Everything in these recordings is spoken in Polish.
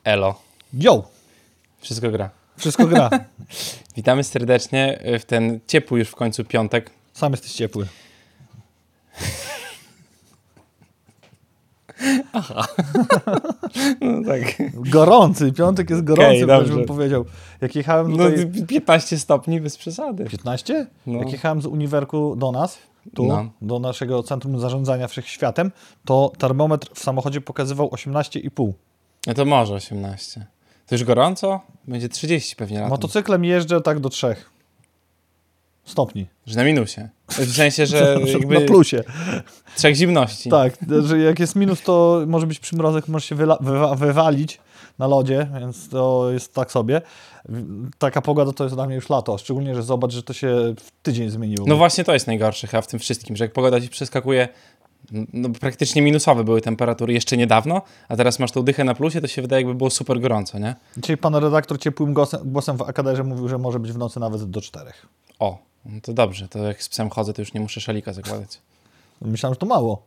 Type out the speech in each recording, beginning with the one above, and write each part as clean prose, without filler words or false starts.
Elo. Yo! Wszystko gra. Wszystko gra. Witamy serdecznie w ten ciepły już w końcu piątek. Sam jesteś ciepły. Aha. No tak. Gorący. Piątek jest gorący, Okej, bym powiedział. Jak jechałem No tutaj... 15 stopni bez przesady. 15? No. Jak jechałem z uniwerku do nas, do naszego Centrum Zarządzania Wszechświatem, to termometr w samochodzie pokazywał 18,5. No to może 18. To już gorąco? Będzie 30 pewnie latem. Motocyklem jeżdżę tak do 3 stopni. Że na minusie. W sensie, że jakby... Na plusie. 3 zimności. Tak, że jak jest minus, to może być przymrozek, może się wywalić na lodzie, więc to jest tak sobie. Taka pogoda to jest dla mnie już lato, szczególnie, że zobacz, że to się w tydzień zmieniło. No właśnie to jest najgorsze chyba w tym wszystkim, że jak pogoda ci przeskakuje, no praktycznie minusowe były temperatury jeszcze niedawno, a teraz masz tą dychę na plusie, to się wydaje jakby było super gorąco, nie? Dzisiaj pan redaktor ciepłym głosem w akaderze mówił, że może być w nocy nawet do 4. O, no to dobrze, to jak z psem chodzę, to już nie muszę szalika zakładać. Myślałem, że to mało.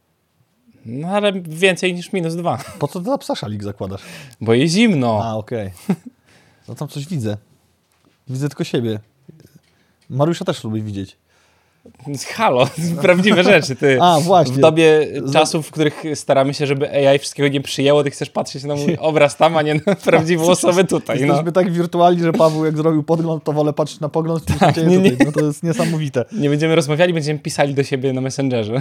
No ale więcej niż -2. Po co ty dla psa szalik zakładasz? Bo jest zimno. A, okej. No tam coś widzę. Widzę tylko siebie. Mariusza też lubi widzieć. Halo, prawdziwe rzeczy, ty. A, właśnie. W dobie czasów, w których staramy się, żeby AI wszystkiego nie przyjęło, ty chcesz patrzeć na mój obraz tam, a nie na prawdziwą osobę tutaj. Jesteśmy tak wirtualni, że Paweł jak zrobił podgląd, to wolę patrzeć na pogląd niż Tak, nie. No to jest niesamowite. Nie będziemy rozmawiali, będziemy pisali do siebie na Messengerze.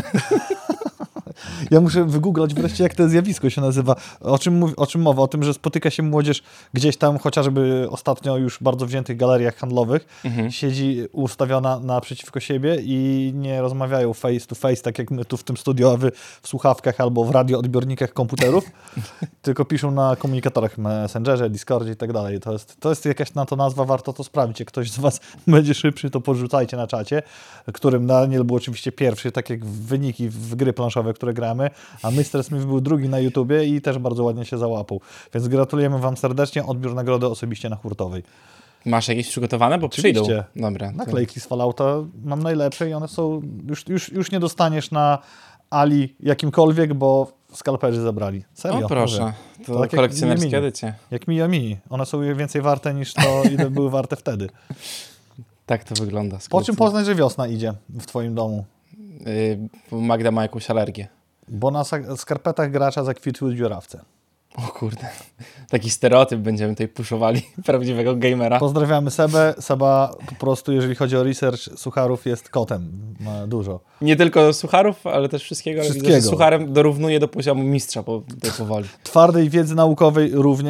Ja muszę wygooglać wreszcie, jak to zjawisko się nazywa. O czym mowa? O tym, że spotyka się młodzież gdzieś tam, chociażby ostatnio już bardzo wziętych galeriach handlowych, siedzi ustawiona naprzeciwko siebie i nie rozmawiają face to face, tak jak my tu w tym studiu, a wy w słuchawkach albo w radioodbiornikach komputerów, tylko piszą na komunikatorach, Messengerze, Discordzie i tak dalej. To jest jakaś na to nazwa, warto to sprawdzić. Jak ktoś z was będzie szybszy, to porzucajcie na czacie, którym Daniel był oczywiście pierwszy, tak jak wyniki w gry planszowe, które gramy, a Mr. Smith był drugi na YouTubie i też bardzo ładnie się załapał. Więc gratulujemy wam serdecznie, odbiór nagrody osobiście na Hurtowej. Masz jakieś przygotowane? Bo Oczywiście. przyjdą. Dobra. Naklejki z Fallouta mam najlepsze i one są... Już nie dostaniesz na Ali jakimkolwiek, bo skalperzy zabrali. Serio. O proszę, to tak kolekcjonerskie edycje. Jak Mia Mini. One są więcej warte niż to, ile były warte wtedy. Tak to wygląda. Po czym poznać, że wiosna idzie w twoim domu? Magda ma jakąś alergię. Bo na skarpetach gracza zakwitły dziurawce. O kurde, taki stereotyp będziemy tutaj puszowali prawdziwego gamera. Pozdrawiamy Sebę. Seba po prostu, jeżeli chodzi o research sucharów, jest kotem. Ma dużo. Nie tylko sucharów, ale też wszystkiego. Ale widzę, że sucharem dorównuje do poziomu mistrza powoli. Twardej wiedzy naukowej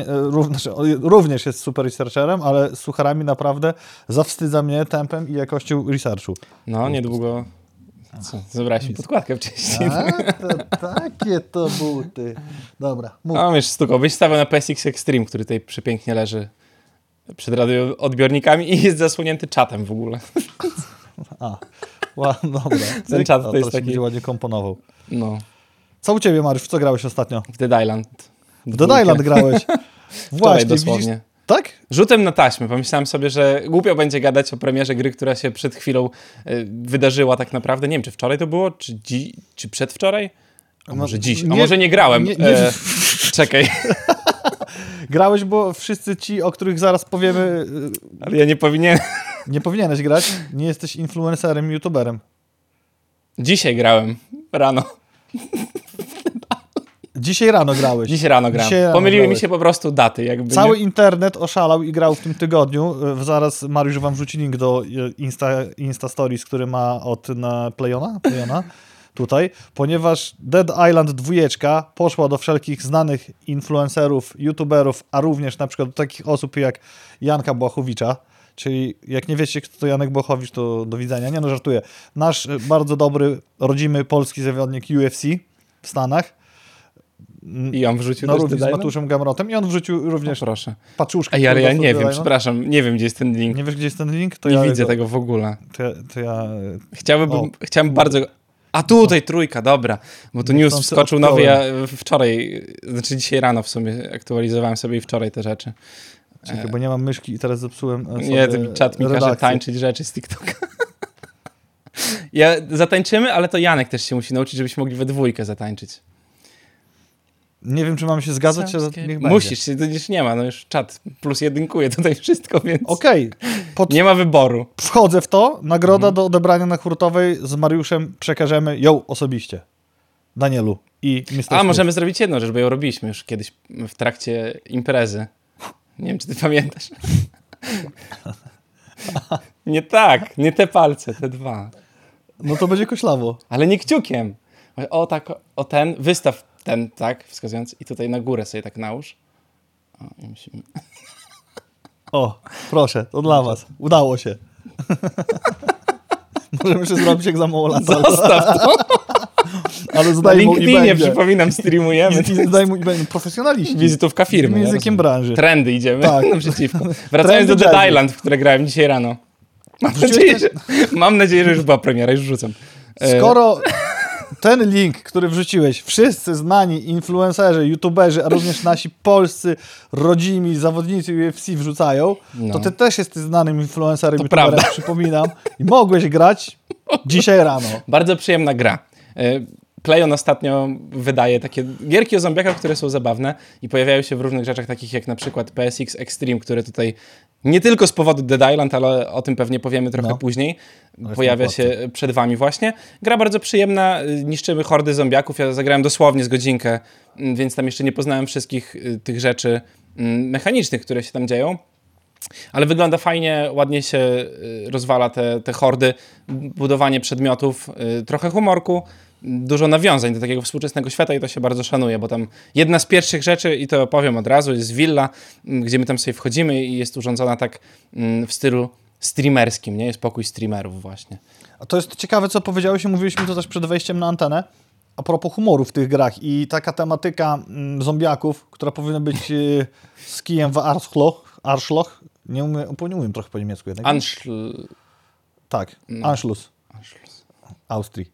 również jest super researcherem, ale z sucharami naprawdę zawstydza mnie tempem i jakością researchu. No, niedługo... Co? Zebrałeś mi podkładkę wcześniej. Takie to buty. Dobra, mów. No wiesz, stuko, byś stawiał na PSX Extreme, który tutaj przepięknie leży przed radioodbiornikami i jest zasłonięty czatem w ogóle. Dobra. Ten czat to jest taki... będzie ładnie komponował. No. Co u ciebie, Mariusz? W co grałeś ostatnio? W Dead Island. W Dead Island grałeś? Właśnie, dosłownie. Widzisz? Tak? Rzutem na taśmę. Pomyślałem sobie, że głupio będzie gadać o premierze gry, która się przed chwilą wydarzyła tak naprawdę. Nie wiem, czy wczoraj to było, czy przedwczoraj? A może dziś? A może nie grałem? Czekaj. Grałeś, bo wszyscy ci, o których zaraz powiemy... Ale ja nie powinienem. Nie powinieneś grać. Nie jesteś influencerem, youtuberem. Dzisiaj grałem. Rano. Dzisiaj rano grałeś. Dzisiaj rano grałem. Pomyliły mi się po prostu daty. Jakby, cały internet oszalał i grał w tym tygodniu. Zaraz Mariusz wam wrzuci link do Insta Stories, który ma od Playona tutaj, ponieważ Dead Island 2 poszła do wszelkich znanych influencerów, youtuberów, a również na przykład do takich osób jak Janka Błachowicza. Czyli jak nie wiecie, kto to Janek Błachowicz, to do widzenia. Nie no, żartuję. Nasz bardzo dobry, rodzimy polski zawodnik UFC w Stanach. I on wrzucił na równi z Matuszem Gamrotem i on wrzucił również paczuszkę. Ale ja nie wiem, przepraszam, nie wiem, gdzie jest ten link. Nie wiesz, gdzie jest ten link? To nie widzę tego w ogóle. To ja... Chciałbym bardzo... A tutaj trójka, dobra. Bo tu news wskoczył nowy, ja wczoraj, znaczy dzisiaj rano w sumie aktualizowałem sobie i wczoraj te rzeczy. Czekaj, bo nie mam myszki i teraz zepsułem sobie nie, ten czat mi każe tańczyć rzeczy z TikToka. Zatańczymy, ale to Janek też się musi nauczyć, żebyśmy mogli we dwójkę zatańczyć. Nie wiem, czy mamy się zgadzać, czy niech musisz się, to już nie ma, no już czat +1 tutaj wszystko, więc okej. Nie ma wyboru. Wchodzę w to, nagroda do odebrania na hurtowej z Mariuszem przekażemy ją osobiście. Danielu i Mr. Możemy zrobić jedną rzecz, bo ją robiliśmy już kiedyś w trakcie imprezy. Nie wiem, czy ty pamiętasz. Nie tak, nie te palce, te dwa. No to będzie koślawo. Ale nie kciukiem. O tak, o ten, wystaw ten, tak, wskazując i tutaj na górę sobie tak nałóż. I musimy... O, proszę, to dla was. Udało się. Możemy jeszcze zrobić jak za mało lat. Zostaw to. Ale na LinkedInie, przypominam, streamujemy. Zdaj mu i będzie. Profesjonaliści. Wizytówka firmy. Językiem branży. Trendy idziemy tak. naprzeciwko. Wracając do Dead Island, w które grałem dzisiaj rano. Mam nadzieję, że już była premiera, już rzucam. Skoro ten link, który wrzuciłeś, wszyscy znani influencerzy, youtuberzy, a również nasi polscy rodzimi zawodnicy UFC wrzucają, to ty też jesteś znanym influencerem, to youtuberem, prawda. Przypominam. I mogłeś grać dzisiaj rano. Bardzo przyjemna gra. PlayOn ostatnio wydaje takie gierki o zombiakach, które są zabawne i pojawiają się w różnych rzeczach, takich jak na przykład PSX Extreme, który tutaj nie tylko z powodu Dead Island, ale o tym pewnie powiemy trochę później. Pojawia się przed wami właśnie. Gra bardzo przyjemna, niszczymy hordy zombiaków. Ja zagrałem dosłownie z godzinkę, więc tam jeszcze nie poznałem wszystkich tych rzeczy mechanicznych, które się tam dzieją. Ale wygląda fajnie, ładnie się rozwala te hordy, budowanie przedmiotów, trochę humorku, dużo nawiązań do takiego współczesnego świata i to się bardzo szanuje, bo tam jedna z pierwszych rzeczy, i to powiem od razu, jest willa, gdzie my tam sobie wchodzimy i jest urządzona tak w stylu streamerskim, nie? Jest pokój streamerów właśnie. A to jest ciekawe, co powiedziałeś i mówiliśmy to też przed wejściem na antenę, a propos humoru w tych grach i taka tematyka zombiaków, która powinna być z kijem w Arschloch. Nie umiem trochę po niemiecku jednak. Tak, Anschluss. Austrii.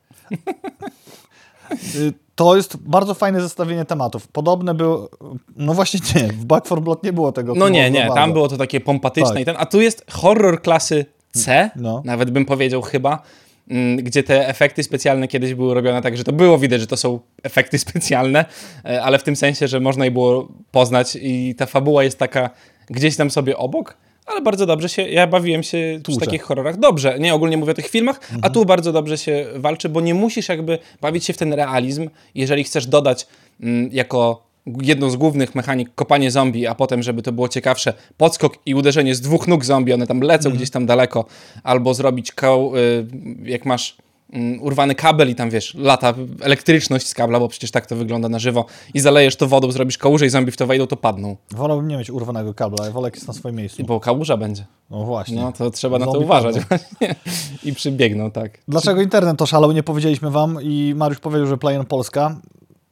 To jest bardzo fajne zestawienie tematów. Podobne było, no właśnie nie, w Back 4 Blood nie było tego. No nie, tam było to takie pompatyczne tak. a tu jest horror klasy C, nawet bym powiedział chyba, gdzie te efekty specjalne kiedyś były robione tak, że to było widać, że to są efekty specjalne, ale w tym sensie, że można je było poznać i ta fabuła jest taka gdzieś tam sobie obok, ale bardzo dobrze się, ja bawiłem się przy takich horrorach dobrze, nie ogólnie mówię o tych filmach, a tu bardzo dobrze się walczy, bo nie musisz jakby bawić się w ten realizm, jeżeli chcesz dodać jako jedną z głównych mechanik kopanie zombie, a potem, żeby to było ciekawsze, podskok i uderzenie z 2 nóg zombie, one tam lecą gdzieś tam daleko, albo zrobić jak masz urwany kabel i tam wiesz, lata elektryczność z kabla, bo przecież tak to wygląda na żywo i zalejesz to wodą, zrobisz kałużę i zombie w to wejdą, to padną. Wolałbym nie mieć urwanego kabla, ja wolę jak jest na swoim miejscu. Bo kałuża będzie. No właśnie. No to trzeba na to uważać właśnie. I przybiegną, tak. Dlaczego internet to szalał? Nie powiedzieliśmy wam i Mariusz powiedział, że PlayOn Polska.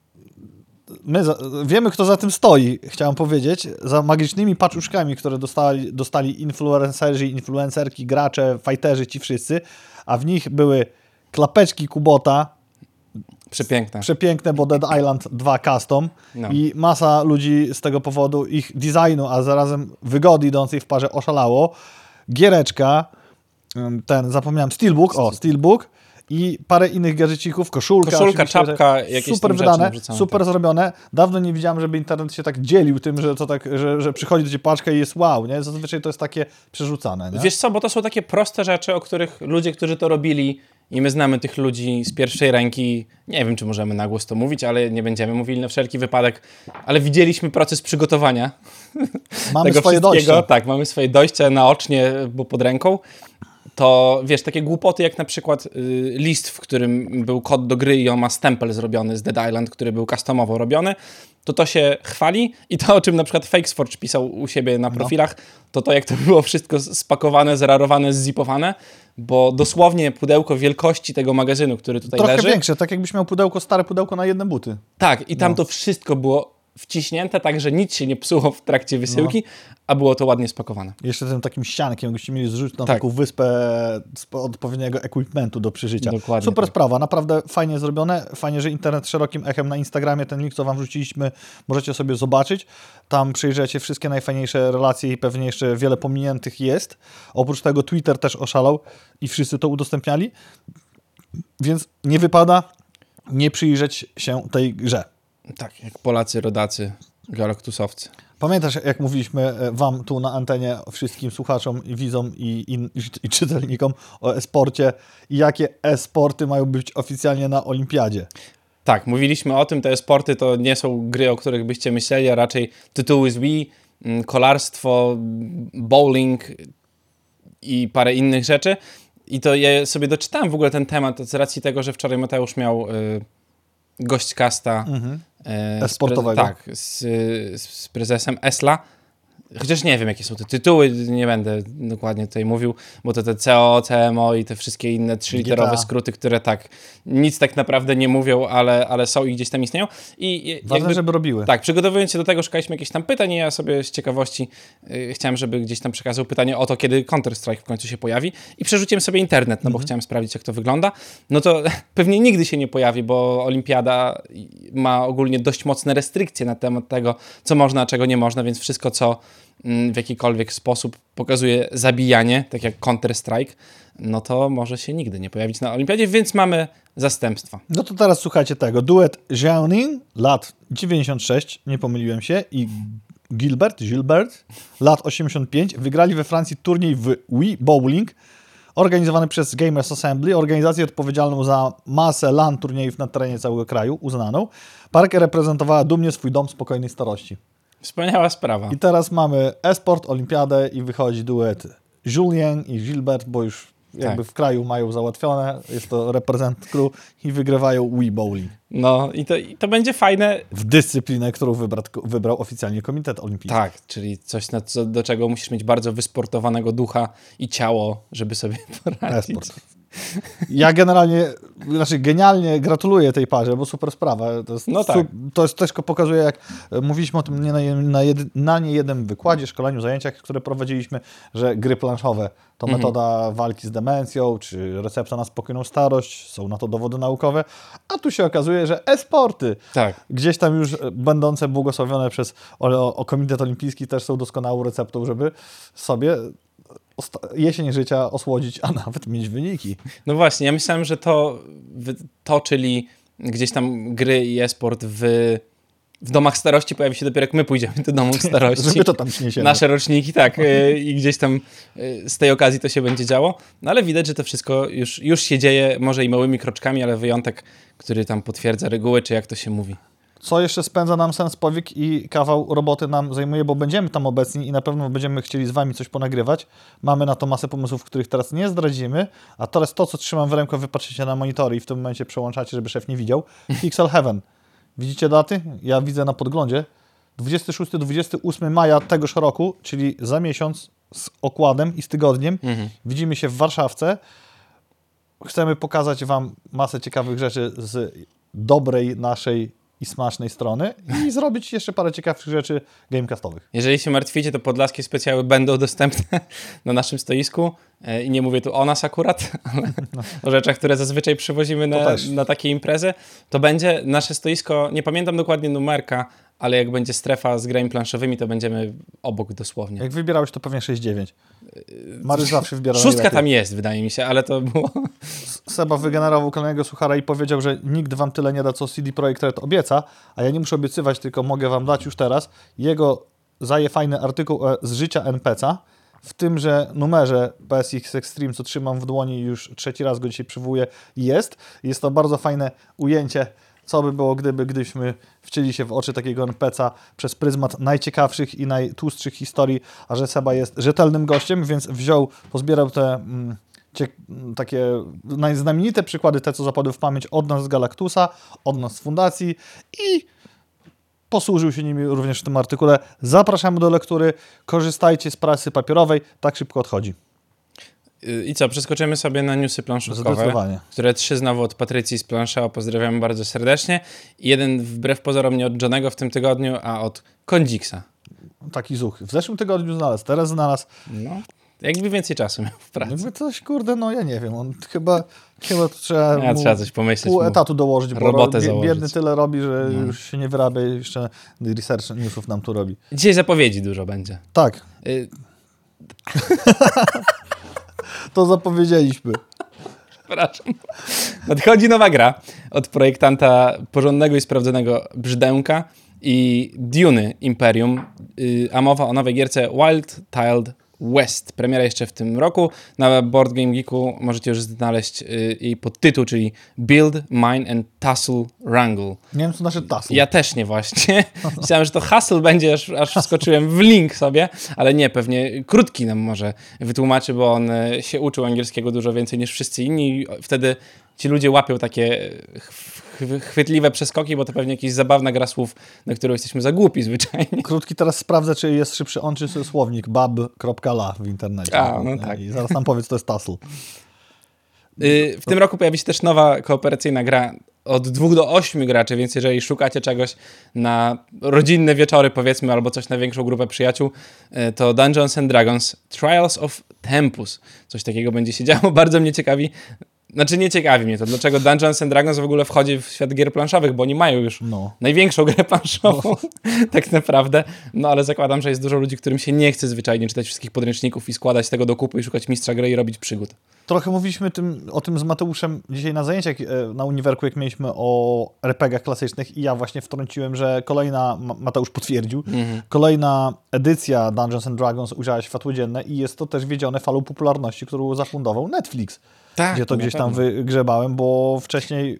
My wiemy, kto za tym stoi, chciałem powiedzieć. Za magicznymi paczuszkami, które dostali influencerzy, influencerki, gracze, fighterzy, ci wszyscy, a w nich były klapeczki Kubota. Przepiękne, bo Dead Island 2 Custom. I masa ludzi z tego powodu ich designu, a zarazem wygody idącej w parze oszalało. Giereczka, zapomniałem, Steelbook i parę innych gadżecików, koszulka, czapka, jakieś super wydane, super zrobione. Dawno nie widziałem, żeby internet się tak dzielił tym, że to tak, że przychodzi do ciebie paczka i jest wow, nie? Zazwyczaj to jest takie przerzucane, nie? Wiesz co, bo to są takie proste rzeczy, o których ludzie, którzy to robili i my znamy tych ludzi z pierwszej ręki, nie wiem, czy możemy na głos to mówić, ale nie będziemy mówili na wszelki wypadek, ale widzieliśmy proces przygotowania mamy tego swoje dojścia. Tak, mamy swoje dojście naocznie, bo pod ręką. To wiesz, takie głupoty jak na przykład list, w którym był kod do gry i on ma stempel zrobiony z Dead Island, który był customowo robiony, to się chwali i to, o czym na przykład Fakesforge pisał u siebie na profilach, to jak to było wszystko spakowane, zerarowane, zzipowane, bo dosłownie pudełko wielkości tego magazynu, który tutaj leży. Trochę większe, tak jakbyś miał stare pudełko na jedne buty. Tak, i tam to wszystko było wciśnięte, tak, że nic się nie psuło w trakcie wysyłki, a było to ładnie spakowane. Jeszcze tym takim ściankiem, jakbyście mieli zrzucić na taką wyspę odpowiedniego equipmentu do przeżycia. Dokładnie. Super sprawa, naprawdę fajnie zrobione. Fajnie, że internet szerokim echem na Instagramie, ten link, co wam wrzuciliśmy, możecie sobie zobaczyć. Tam przyjrzycie wszystkie najfajniejsze relacje i pewnie jeszcze wiele pominiętych jest. Oprócz tego Twitter też oszalał i wszyscy to udostępniali. Więc nie wypada nie przyjrzeć się tej grze. Tak, jak Polacy, rodacy, galaktusowcy. Pamiętasz, jak mówiliśmy wam tu na antenie, wszystkim słuchaczom, widzom i czytelnikom o e-sporcie i jakie e-sporty mają być oficjalnie na olimpiadzie? Tak, mówiliśmy o tym, te e-sporty to nie są gry, o których byście myśleli, a raczej tytuły z Wii, kolarstwo, bowling i parę innych rzeczy. I to ja sobie doczytałem w ogóle ten temat z racji tego, że wczoraj Mateusz miał gośćcasta e-sportowego. Z prezesem Esla. Chociaż nie wiem, jakie są te tytuły, nie będę dokładnie tutaj mówił, bo to te CO, CMO i te wszystkie inne trzyliterowe skróty, które tak nic tak naprawdę nie mówią, ale są i gdzieś tam istnieją. I ważne, żeby robiły. Tak, przygotowując się do tego, szukaliśmy jakichś tam pytań i ja sobie z ciekawości chciałem, żeby gdzieś tam przekazał pytanie o to, kiedy Counter-Strike w końcu się pojawi i przerzuciłem sobie internet, no bo chciałem sprawdzić, jak to wygląda. No to pewnie nigdy się nie pojawi, bo Olimpiada ma ogólnie dość mocne restrykcje na temat tego, co można, a czego nie można, więc wszystko, co w jakikolwiek sposób pokazuje zabijanie, tak jak Counter-Strike, no to może się nigdy nie pojawić na Olimpiadzie, więc mamy zastępstwa. No to teraz słuchajcie tego. Duet Jeannin, lat 96, nie pomyliłem się, i Gilbert, lat 85, wygrali we Francji turniej w Wii Bowling, organizowany przez Gamers Assembly, organizację odpowiedzialną za masę LAN turniejów na terenie całego kraju, uznaną. Parkę reprezentowała dumnie swój dom spokojnej starości. Wspaniała sprawa. I teraz mamy e-sport, olimpiadę i wychodzi duet Julien i Gilbert, bo już jakby w kraju mają załatwione, jest to reprezentant crew i wygrywają Wii Bowling. No i to będzie fajne. W dyscyplinę, którą wybrał oficjalnie Komitet Olimpijski. Tak, czyli coś, do czego musisz mieć bardzo wysportowanego ducha i ciało, żeby sobie poradzić. E-sport. Ja genialnie gratuluję tej parze, bo super sprawa. To jest też pokazuje, jak mówiliśmy o tym na niejeden wykładzie, szkoleniu, zajęciach, które prowadziliśmy, że gry planszowe to metoda walki z demencją, czy recepta na spokojną starość, są na to dowody naukowe, a tu się okazuje, że e-sporty, gdzieś tam już będące błogosławione przez Komitet Olimpijski, też są doskonałą receptą, żeby sobie jesień życia osłodzić, a nawet mieć wyniki. No właśnie, ja myślałem, że czyli gdzieś tam gry i e-sport w domach starości pojawi się dopiero jak my pójdziemy do domów starości. Żeby to tam przyniesiemy. Nasze roczniki, tak. I gdzieś tam z tej okazji to się będzie działo. No ale widać, że to wszystko już się dzieje, może i małymi kroczkami, ale wyjątek, który tam potwierdza reguły, czy jak to się mówi. Co jeszcze spędza nam sens powiek i kawał roboty nam zajmuje, bo będziemy tam obecni i na pewno będziemy chcieli z wami coś ponagrywać. Mamy na to masę pomysłów, których teraz nie zdradzimy, a teraz to, co trzymam w ręku, wy patrzycie na monitory i w tym momencie przełączacie, żeby szef nie widział. Pixel Heaven. Widzicie daty? Ja widzę na podglądzie. 26-28 maja tegoż roku, czyli za miesiąc z okładem i z tygodniem. Widzimy się w Warszawce. Chcemy pokazać wam masę ciekawych rzeczy z dobrej naszej i smacznej strony i zrobić jeszcze parę ciekawszych rzeczy gamecastowych. Jeżeli się martwicie, to podlaskie specjały będą dostępne na naszym stoisku i nie mówię tu o nas akurat, ale o rzeczach, które zazwyczaj przywozimy na takie imprezy. To będzie nasze stoisko, nie pamiętam dokładnie numerka, ale jak będzie strefa z grami planszowymi, to będziemy obok dosłownie. Jak wybierałeś, to pewnie 6-9. Mariusz zawsze wybiera 6 tam jest, wydaje mi się, ale to było... Seba wygenerował kolejnego suchara i powiedział, że nikt wam tyle nie da, co CD Projekt Red obieca, a ja nie muszę obiecywać, tylko mogę wam dać już teraz jego fajny artykuł z życia NPC-a, w tymże numerze PSX Extreme, co trzymam w dłoni, już trzeci raz go dzisiaj przywołuję, jest. Jest to bardzo fajne ujęcie, co by było, gdybyśmy wcieli się w oczy takiego NPC-a przez pryzmat najciekawszych i najtłustszych historii, a że Seba jest rzetelnym gościem, więc pozbierał te takie najznamienite przykłady, te co zapadły w pamięć od nas z Galactusa, od nas z Fundacji i posłużył się nimi również w tym artykule. Zapraszamy do lektury, korzystajcie z prasy papierowej, tak szybko odchodzi. I co, przeskoczymy sobie na newsy planszówkowe, które 3 znowu od Patrycji z Planszeo, pozdrawiamy bardzo serdecznie. Jeden wbrew pozorom nie od Johnego w tym tygodniu, a od Kondziksa. Taki zuch. W zeszłym tygodniu znalazł, teraz znalazł. No, jakby więcej czasu miał w pracy. Jakby coś, ja nie wiem, on chyba to trzeba coś pomyśleć. Pół etatu dołożyć, bo robotę założyć. Biedny tyle robi, że już się nie wyrabia, jeszcze research newsów nam tu robi. Dzisiaj zapowiedzi dużo będzie. Tak. To zapowiedzieliśmy. Przepraszam. Nadchodzi nowa gra od projektanta porządnego i sprawdzonego Brzdęka i Duny Imperium, a mowa o nowej gierce Wild Tiled West. Premiera jeszcze w tym roku. Na Board Game Geeku możecie już znaleźć jej podtytuł, czyli Build, Mine and Tussle Wrangle. Nie wiem, co znaczy tussle. Ja też nie właśnie. Myślałem, że to hustle będzie, aż wskoczyłem w link sobie, ale nie, pewnie krótki nam może wytłumaczy, bo on się uczył angielskiego dużo więcej niż wszyscy inni. Wtedy ci ludzie łapią takie chwytliwe przeskoki, bo to pewnie jakaś zabawna gra słów, na którą jesteśmy za głupi zwyczajnie. Krótki, teraz sprawdzę, czy jest szybszy on, czy słownik bab.la w internecie. No tak. I zaraz nam powiedz, to jest tussle. W tym roku pojawi się też nowa kooperacyjna gra od 2 do 8 graczy, więc jeżeli szukacie czegoś na rodzinne wieczory, powiedzmy, albo coś na większą grupę przyjaciół, to Dungeons and Dragons Trials of Tempus. Coś takiego będzie się działo. Bardzo mnie ciekawi. Znaczy nie ciekawi mnie to, dlaczego Dungeons and Dragons w ogóle wchodzi w świat gier planszowych, bo oni mają już największą grę planszową, tak naprawdę. No ale zakładam, że jest dużo ludzi, którym się nie chce zwyczajnie czytać wszystkich podręczników i składać tego do kupy i szukać mistrza gry i robić przygód. Trochę mówiliśmy o tym z Mateuszem dzisiaj na zajęciach na uniwerku, jak mieliśmy o RPG-ach klasycznych i ja właśnie wtrąciłem, że kolejna, Mateusz potwierdził, kolejna edycja Dungeons and Dragons ujrzała światło dzienne i jest to też wiedzione falą popularności, którą zafundował Netflix. Tak, gdzie to gdzieś tam wygrzebałem, bo wcześniej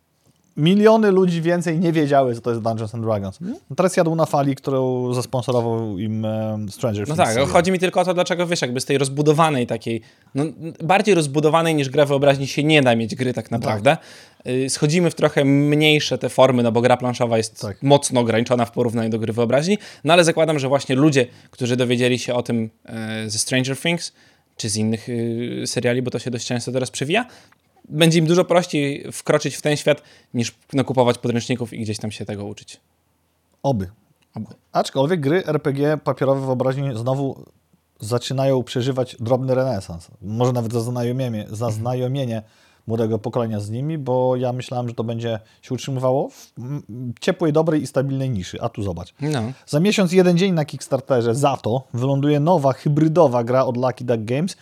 miliony ludzi więcej nie wiedziały, co to jest Dungeons and Dragons. Teraz jadą na fali, którą zasponsorował im Stranger Things. No tak, chodzi mi tylko o to, dlaczego wiesz, jakby z tej rozbudowanej takiej, no bardziej rozbudowanej niż gra wyobraźni się nie da mieć gry tak naprawdę. Tak. Schodzimy w trochę mniejsze te formy, no bo gra planszowa jest mocno ograniczona w porównaniu do gry wyobraźni, no ale zakładam, że właśnie ludzie, którzy dowiedzieli się o tym ze Stranger Things, czy z innych seriali, bo to się dość często teraz przewija, będzie im dużo prościej wkroczyć w ten świat, niż nakupować podręczników i gdzieś tam się tego uczyć. Oby. Aczkolwiek gry RPG papierowe w wyobraźni znowu zaczynają przeżywać drobny renesans. Może nawet zaznajomienie młodego pokolenia z nimi, bo ja myślałem, że to będzie się utrzymywało w ciepłej, dobrej i stabilnej niszy. A tu zobacz. No. Za miesiąc, 1 dzień na Kickstarterze za to wyląduje nowa, hybrydowa gra od Lucky Duck Games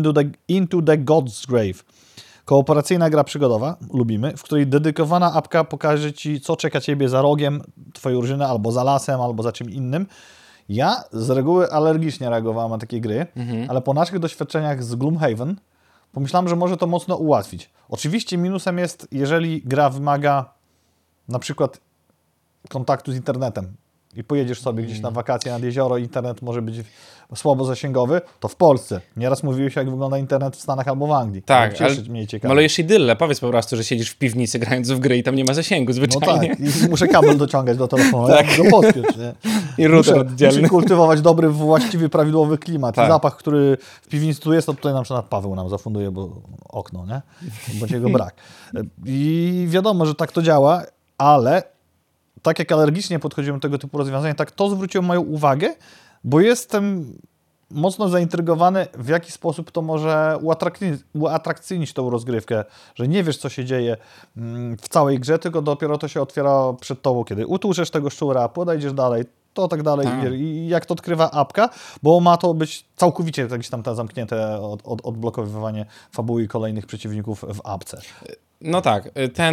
Into the God's Grave. Kooperacyjna gra przygodowa, lubimy, w której dedykowana apka pokaże Ci, co czeka Ciebie za rogiem Twojej drużyny, albo za lasem, albo za czym innym. Ja z reguły alergicznie reagowałem na takie gry, ale po naszych doświadczeniach z Gloomhaven pomyślałem, że może to mocno ułatwić. Oczywiście minusem jest, jeżeli gra wymaga na przykład kontaktu z internetem i pojedziesz sobie gdzieś na wakacje nad jezioro, internet może być słabo zasięgowy, to w Polsce. Nieraz mówiłeś, jak wygląda internet w Stanach albo w Anglii. Tak, ale malujesz idyllę. Powiedz po prostu, że siedzisz w piwnicy grając w gry i tam nie ma zasięgu zwyczajnie. No tak, i muszę kabel dociągać do telefonu, tak. Go podpiąć. Nie? I router oddzielny. Muszę kultywować dobry, właściwy, prawidłowy klimat. Tak. Zapach, który w piwnicy tu jest, to tutaj na przykład Paweł nam zafunduje, bo okno, nie? Bo jego brak. I wiadomo, że tak to działa, ale tak jak alergicznie podchodziłem do tego typu rozwiązania, tak to zwróciło moją uwagę, bo jestem mocno zaintrygowany, w jaki sposób to może uatrakcyjnić tą rozgrywkę, że nie wiesz, co się dzieje w całej grze, tylko dopiero to się otwiera przed tobą, kiedy utłuczesz tego szczura, podejdziesz dalej, to tak dalej i jak to odkrywa apka, bo ma to być całkowicie jakieś tam zamknięte odblokowywanie fabuły i kolejnych przeciwników w apce. No tak,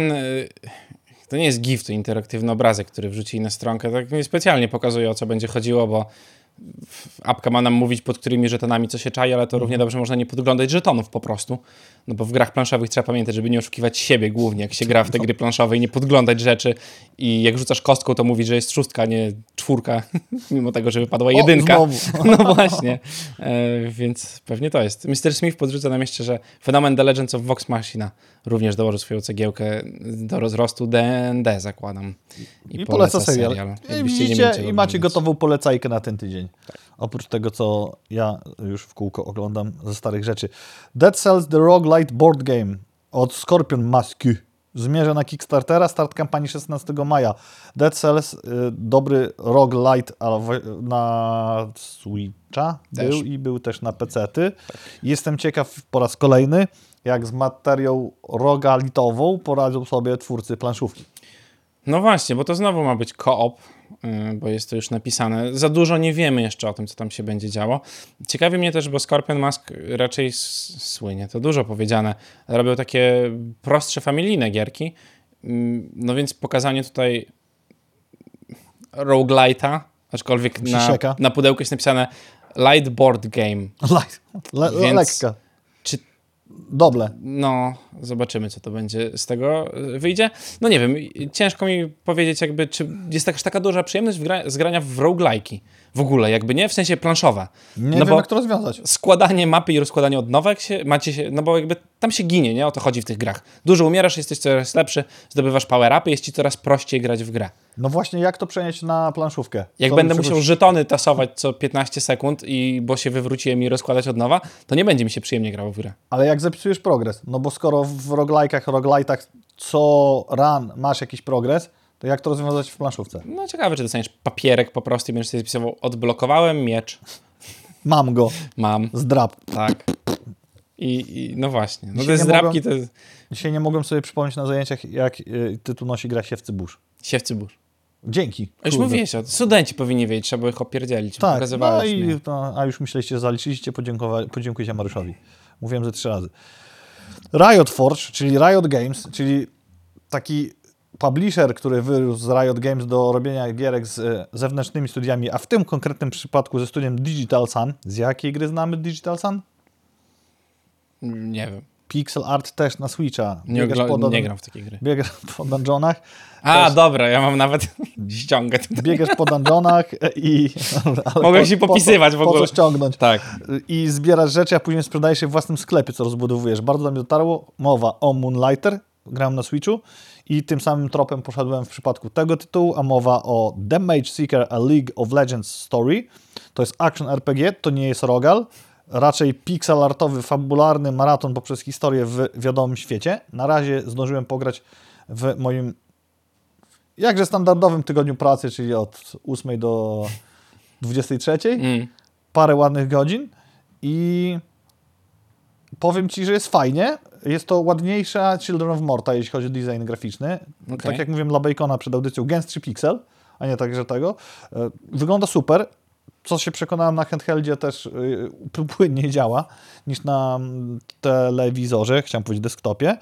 to nie jest GIF, to interaktywny obrazek, który wrzucili na stronkę. Tak niespecjalnie pokazuje, o co będzie chodziło, bo apka ma nam mówić, pod którymi żetonami co się czai, ale to równie dobrze można nie podglądać żetonów po prostu. No bo w grach planszowych trzeba pamiętać, żeby nie oszukiwać siebie głównie, jak się gra w te gry planszowe i nie podglądać rzeczy. I jak rzucasz kostką, to mówisz, że jest 6, a nie 4, mimo tego, że wypadła 1. No właśnie. Więc pewnie to jest. Mr. Smith podrzuca nam jeszcze, że fenomen The Legends of Vox Machina również dołożył swoją cegiełkę do rozrostu D&D, zakładam. I poleca serial. Widzicie, i macie gotową polecajkę na ten tydzień. Tak. Oprócz tego, co ja już w kółko oglądam ze starych rzeczy. Dead Cells The Roguelite Board Game od Scorpion Mask zmierza na Kickstartera, start kampanii 16 maja. Dead Cells, dobry roguelite na Switcha był też na PC-ty. Jestem ciekaw po raz kolejny, jak z materią rogalite'ową poradzą sobie twórcy planszówki. No właśnie, bo to znowu ma być co-op, bo jest to już napisane. Za dużo nie wiemy jeszcze o tym, co tam się będzie działo. Ciekawi mnie też, bo Scorpion Mask raczej słynie, to dużo powiedziane. Robią takie prostsze, familijne gierki. No więc pokazanie tutaj roguelite'a, aczkolwiek na pudełku jest napisane light board game. Lekka. Czy doble. No, zobaczymy, co to będzie z tego wyjdzie. No nie wiem, ciężko mi powiedzieć jakby, czy jest taka duża przyjemność z grania w roguelike'i. W ogóle, jakby nie, w sensie planszowe. Nie wiem, jak to rozwiązać. Składanie mapy i rozkładanie od nowa, no bo jakby tam się ginie, nie? O to chodzi w tych grach. Dużo umierasz, jesteś coraz lepszy, zdobywasz power-upy, jest ci coraz prościej grać w grę. No właśnie, jak to przenieść na planszówkę? Jak będę musiał żetony tasować co 15 sekund, bo się wywróciłem i rozkładać od nowa, to nie będzie mi się przyjemnie grało w grę. Ale jak zapisujesz progres? No bo skoro w roguelite'ach co run masz jakiś progres, to jak to rozwiązać w planszówce? No ciekawe, czy dostaniesz papierek po prostu i będziesz sobie zapisywał, odblokowałem miecz. Mam go. Mam. Zdrab. Tak. I no właśnie. No te zdrabki to... Dzisiaj nie mogłem sobie przypomnieć na zajęciach, jak tytuł nosi gra Siewcy Burz. Siewcy Burz. Dzięki. Już mówiłeś, studenci powinni wiedzieć, trzeba ich opierdzielić. Tak, a już myśleliście, że zaliczyliście, podziękujcie Mariuszowi. Mówiłem, że 3 razy. Riot Forge, czyli Riot Games, czyli taki publisher, który wyrósł z Riot Games do robienia gierek z zewnętrznymi studiami, a w tym konkretnym przypadku ze studiem Digital Sun. Z jakiej gry znamy Digital Sun? Nie wiem. Pixel art też na Switcha. Nie gram w takie gry. Biegasz po dungeonach. Dobra, ja mam nawet ściągę. Biegasz po dungeonach i... Mogę się popisywać w ogóle. Po co ściągnąć. Tak. I zbierasz rzeczy, a później sprzedajesz je w własnym sklepie, co rozbudowujesz. Bardzo do mnie dotarło. Mowa o Moonlighter. Grałem na Switchu i tym samym tropem poszedłem w przypadku tego tytułu, a mowa o Damage Seeker A League of Legends Story. To jest action RPG, to nie jest rogal. Raczej pixelartowy, fabularny maraton poprzez historię w wiadomym świecie. Na razie zdążyłem pograć w moim jakże standardowym tygodniu pracy, czyli od 8 do 23. Parę ładnych godzin i powiem Ci, że jest fajnie. Jest to ładniejsza Children of Morta, jeśli chodzi o design graficzny. Okay. Tak jak mówiłem dla Bacona przed audycją, gęstszy piksel, a nie także tego. Wygląda super. Co się przekonałem na handheldzie też płynniej działa niż na telewizorze, chciałem powiedzieć desktopie.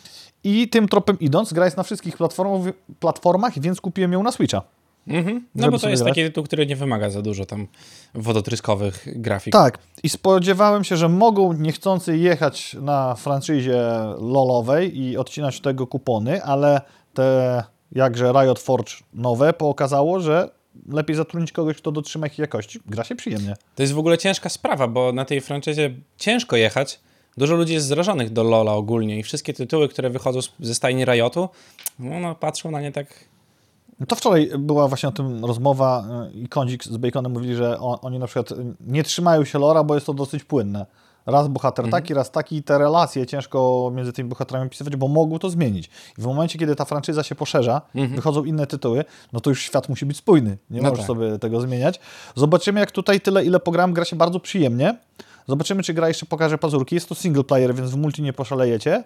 I tym tropem idąc, gra jest na wszystkich platformach, więc kupiłem ją na Switcha. No bo to jest taki tytuł, który nie wymaga za dużo tam wodotryskowych grafik. Tak. I spodziewałem się, że mogą niechcący jechać na franczyzie lolowej i odcinać tego kupony, ale te jakże Riot Forge nowe pokazało, że lepiej zatrudnić kogoś, kto dotrzyma ich jakości. Gra się przyjemnie. To jest w ogóle ciężka sprawa, bo na tej franczyzie ciężko jechać. Dużo ludzi jest zrażonych do LoL'a ogólnie i wszystkie tytuły, które wychodzą ze stajni Riotu, no patrzą na nie tak... No to wczoraj była właśnie o tym rozmowa i Kądzik z Baconem mówili, że oni na przykład nie trzymają się lora, bo jest to dosyć płynne. Raz bohater taki, raz taki i te relacje ciężko między tymi bohaterami opisywać, bo mogą to zmienić. I w momencie, kiedy ta franczyza się poszerza, wychodzą inne tytuły, no to już świat musi być spójny. Nie możesz sobie tego zmieniać. Zobaczymy, jak tutaj tyle, ile pogram, gra się bardzo przyjemnie. Zobaczymy, czy gra jeszcze pokaże pazurki. Jest to single player, więc w multi nie poszalejecie.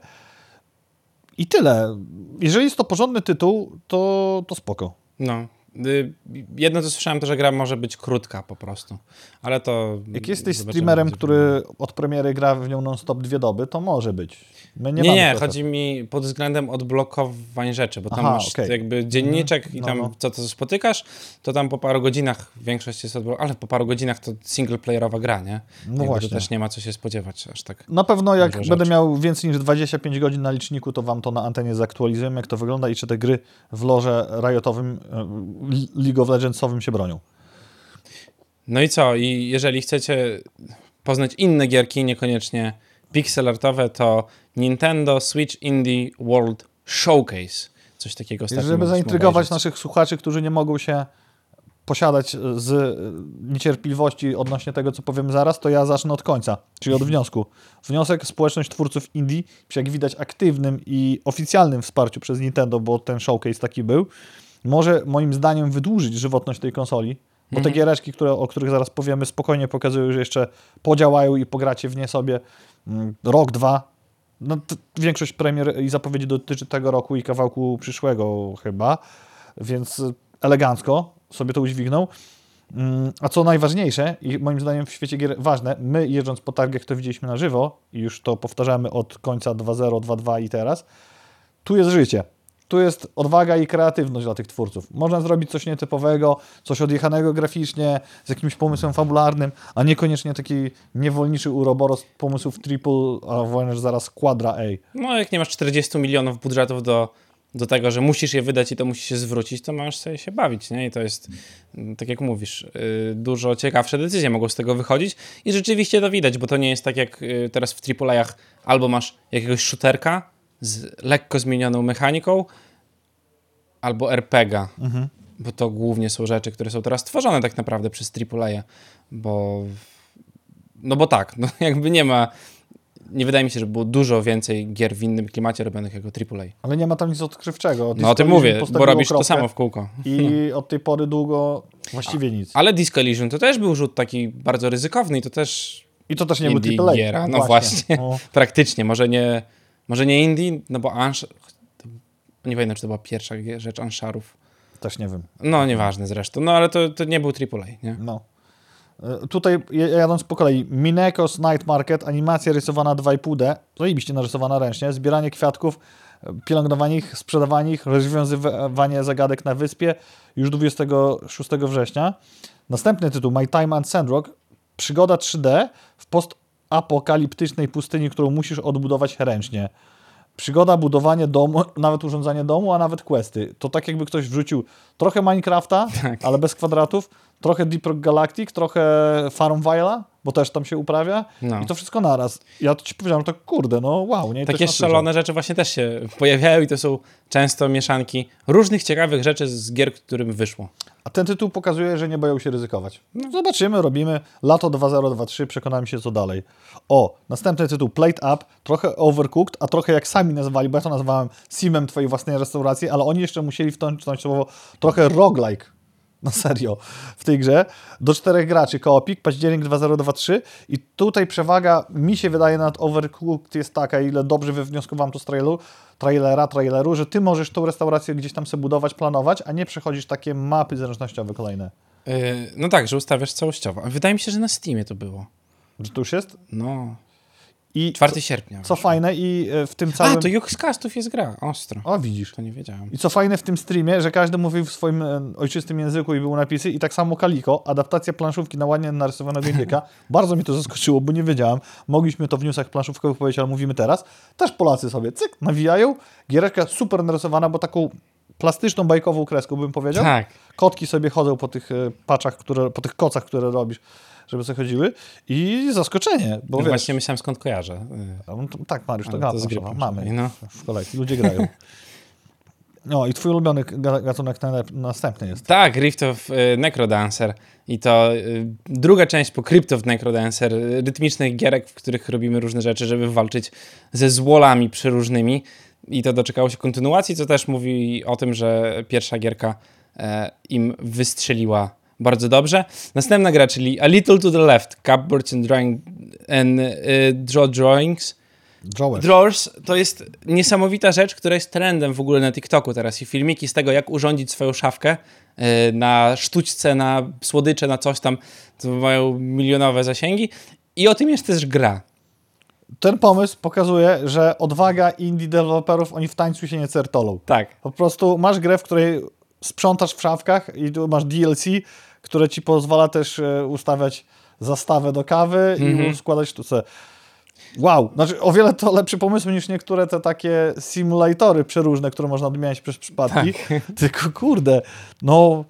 I tyle. Jeżeli jest to porządny tytuł, to spoko. No. Jedno, co słyszałem, to, że gra może być krótka po prostu. Ale to... Jak jesteś streamerem, który od premiery gra w nią non-stop 2 doby, to może być. Nie, chodzi mi pod względem odblokowań rzeczy, bo tam masz jakby dzienniczek i tam co spotykasz, to tam po paru godzinach większość jest ale po paru godzinach to singleplayerowa gra, nie? No właśnie. To też nie ma co się spodziewać aż tak. Na pewno jak będę miał więcej niż 25 godzin na liczniku, to wam to na antenie zaktualizujemy, jak to wygląda i czy te gry w lorze riotowym, League of Legendsowym się bronią. No i co? I jeżeli chcecie poznać inne gierki, niekoniecznie pixelartowe, to Nintendo Switch Indie World Showcase. Coś takiego. Żeby zaintrygować naszych słuchaczy, którzy nie mogą się posiadać z niecierpliwości odnośnie tego, co powiem zaraz, to ja zacznę od końca, czyli od wniosku. Wniosek: społeczność twórców indie, przy jak widać aktywnym i oficjalnym wsparciu przez Nintendo, bo ten showcase taki był, może moim zdaniem wydłużyć żywotność tej konsoli, bo te giereczki, o których zaraz powiemy, spokojnie pokazują, że jeszcze podziałają i pogracie w nie sobie rok, 2, No, większość premier i zapowiedzi dotyczy tego roku i kawałku przyszłego chyba, więc elegancko sobie to udźwignął. A co najważniejsze i moim zdaniem w świecie gier ważne, my jeżdżąc po targach to widzieliśmy na żywo i już to powtarzamy od końca 2.0, 2.2 i teraz, tu jest życie. Tu jest odwaga i kreatywność dla tych twórców. Można zrobić coś nietypowego, coś odjechanego graficznie, z jakimś pomysłem fabularnym, a niekoniecznie taki niewolniczy uroboros pomysłów triple, a wręcz zaraz quadra A. No jak nie masz 40 milionów budżetów do tego, że musisz je wydać i to musi się zwrócić, to możesz sobie się bawić, nie? I to jest, tak jak mówisz, dużo ciekawsze decyzje mogą z tego wychodzić i rzeczywiście to widać, bo to nie jest tak jak teraz w AAA-ach, albo masz jakiegoś shooterka z lekko zmienioną mechaniką, albo RPG-a, bo to głównie są rzeczy, które są teraz tworzone tak naprawdę przez AAA, bo tak, jakby nie wydaje mi się, że było dużo więcej gier w innym klimacie robionych jako AAA. Ale nie ma tam nic odkrywczego. No o tym mówię, bo robisz to samo w kółko. I od tej pory długo właściwie nic. Ale Disco Elysium to też był rzut taki bardzo ryzykowny i to też nie był AAA. Giera. No właśnie. Praktycznie. Może nie indie, no bo nie pamiętam, czy to była pierwsza rzecz Uncharów. Też nie wiem. No nieważne zresztą. No ale to nie był AAA, nie? No. Tutaj jadąc po kolei, Minekos Night Market, animacja rysowana 2,5D, zajebiście narysowana ręcznie, zbieranie kwiatków, pielęgnowanie ich, sprzedawanie ich, rozwiązywanie zagadek na wyspie już 26 września. Następny tytuł, My Time and Sandrock, przygoda 3D w postapokaliptycznej pustyni, którą musisz odbudować ręcznie. Przygoda, budowanie domu, nawet urządzanie domu, a nawet questy. To tak jakby ktoś wrzucił trochę Minecrafta, tak, ale bez kwadratów, trochę Deep Rock Galactic, trochę Farmville'a, bo też tam się uprawia i to wszystko naraz. Ja to ci powiedziałem, że to kurde, no wow. Nie? Takie szalone rzeczy właśnie też się pojawiają i to są często mieszanki różnych ciekawych rzeczy z gier, którym wyszło. A ten tytuł pokazuje, że nie boją się ryzykować. No, zobaczymy, robimy. Lato 2023, przekonamy się co dalej. Następny tytuł, Plate Up, trochę Overcooked, a trochę jak sami nazwali, bo ja to nazwałem simem twojej własnej restauracji, ale oni jeszcze musieli wtrącić słowo trochę roguelike. Na serio, w tej grze. Do 4 graczy, koopik, październik 2023 i tutaj przewaga, mi się wydaje, nad Overcooked jest taka, ile dobrze wywnioskowałem to z traileru, że ty możesz tą restaurację gdzieś tam sobie budować, planować, a nie przechodzisz takie mapy zręcznościowe kolejne. No tak, że ustawiasz całościowo. Wydaje mi się, że na Steamie to było. Że to już jest? No. I 4 sierpnia. Co fajne i w tym całym... to Jux Castów jest gra, ostro. O, widzisz. To nie wiedziałem. I co fajne w tym streamie, że każdy mówił w swoim ojczystym języku i były napisy i tak samo Kaliko, adaptacja planszówki na ładnie narysowanego indyka. Bardzo mi to zaskoczyło, bo nie wiedziałem. Mogliśmy to w newsach planszówkowych powiedzieć, ale mówimy teraz. Też Polacy sobie cyk, nawijają. Giereczka super narysowana, bo taką plastyczną, bajkową kreską bym powiedział. Tak. Kotki sobie chodzą po tych paczach, po tych kocach, które robisz, żeby sobie chodziły i zaskoczenie, bo wiesz, właśnie myślałem, skąd kojarzę. Tak, Mariusz, to gra mamy no. w kolejce, ludzie grają. No i twój ulubiony gatunek następny jest. Tak, Rift of Necrodancer i to druga część po Crypt of Necrodancer, rytmicznych gierek, w których robimy różne rzeczy, żeby walczyć ze złolami przeróżnymi i to doczekało się kontynuacji, co też mówi o tym, że pierwsza gierka im wystrzeliła bardzo dobrze. Następna gra, czyli A Little to the Left, Cupboards and Draw Drawings. Drawers to jest niesamowita rzecz, która jest trendem w ogóle na TikToku teraz i filmiki z tego, jak urządzić swoją szafkę na sztućce, na słodycze, na coś tam, to mają milionowe zasięgi i o tym jest też gra. Ten pomysł pokazuje, że odwaga indie deweloperów, oni w tańcu się nie certolą. Tak. Po prostu masz grę, w której sprzątasz w szafkach i tu masz DLC, które ci pozwala też ustawiać zastawę do kawy i składać sztuce. Wow, znaczy o wiele to lepszy pomysł niż niektóre te takie simulatory przeróżne, które można odmieniać przez przypadki. Tak. Tylko kurde, no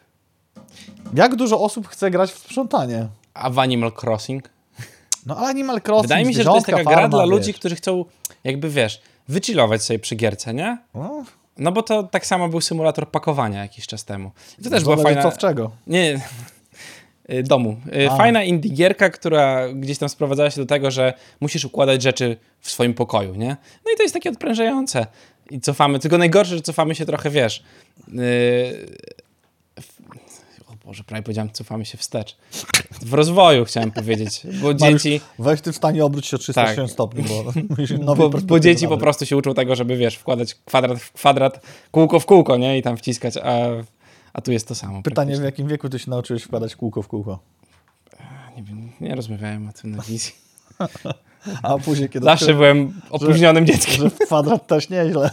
jak dużo osób chce grać w sprzątanie? A w Animal Crossing? No Animal Crossing, wydaje mi się, że to jest taka gra dla ludzi, którzy chcą jakby, wiesz, wychillować sobie przy gierce, nie? No bo to tak samo był symulator pakowania jakiś czas temu. To też była fajna... Co w czego? Nie, domu. Fajna indie gierka, która gdzieś tam sprowadzała się do tego, że musisz układać rzeczy w swoim pokoju, nie? No i to jest takie odprężające. I cofamy, tylko najgorsze, że cofamy się trochę, wiesz... Boże, prawie powiedziałem, cofamy się wstecz. W rozwoju chciałem powiedzieć, bo dzieci... Weź ty wstanie, obróć się o 360 stopni, bo dzieci po prostu się uczą tego, żeby, wiesz, wkładać kwadrat w kwadrat, kółko w kółko, nie? I tam wciskać, a tu jest to samo. Pytanie, w jakim wieku ty się nauczyłeś wkładać kółko w kółko? Nie wiem, nie rozmawiałem o tym na wizji. A później, kiedy... Zawsze byłem opóźnionym dzieckiem. Że w kwadrat też nieźle.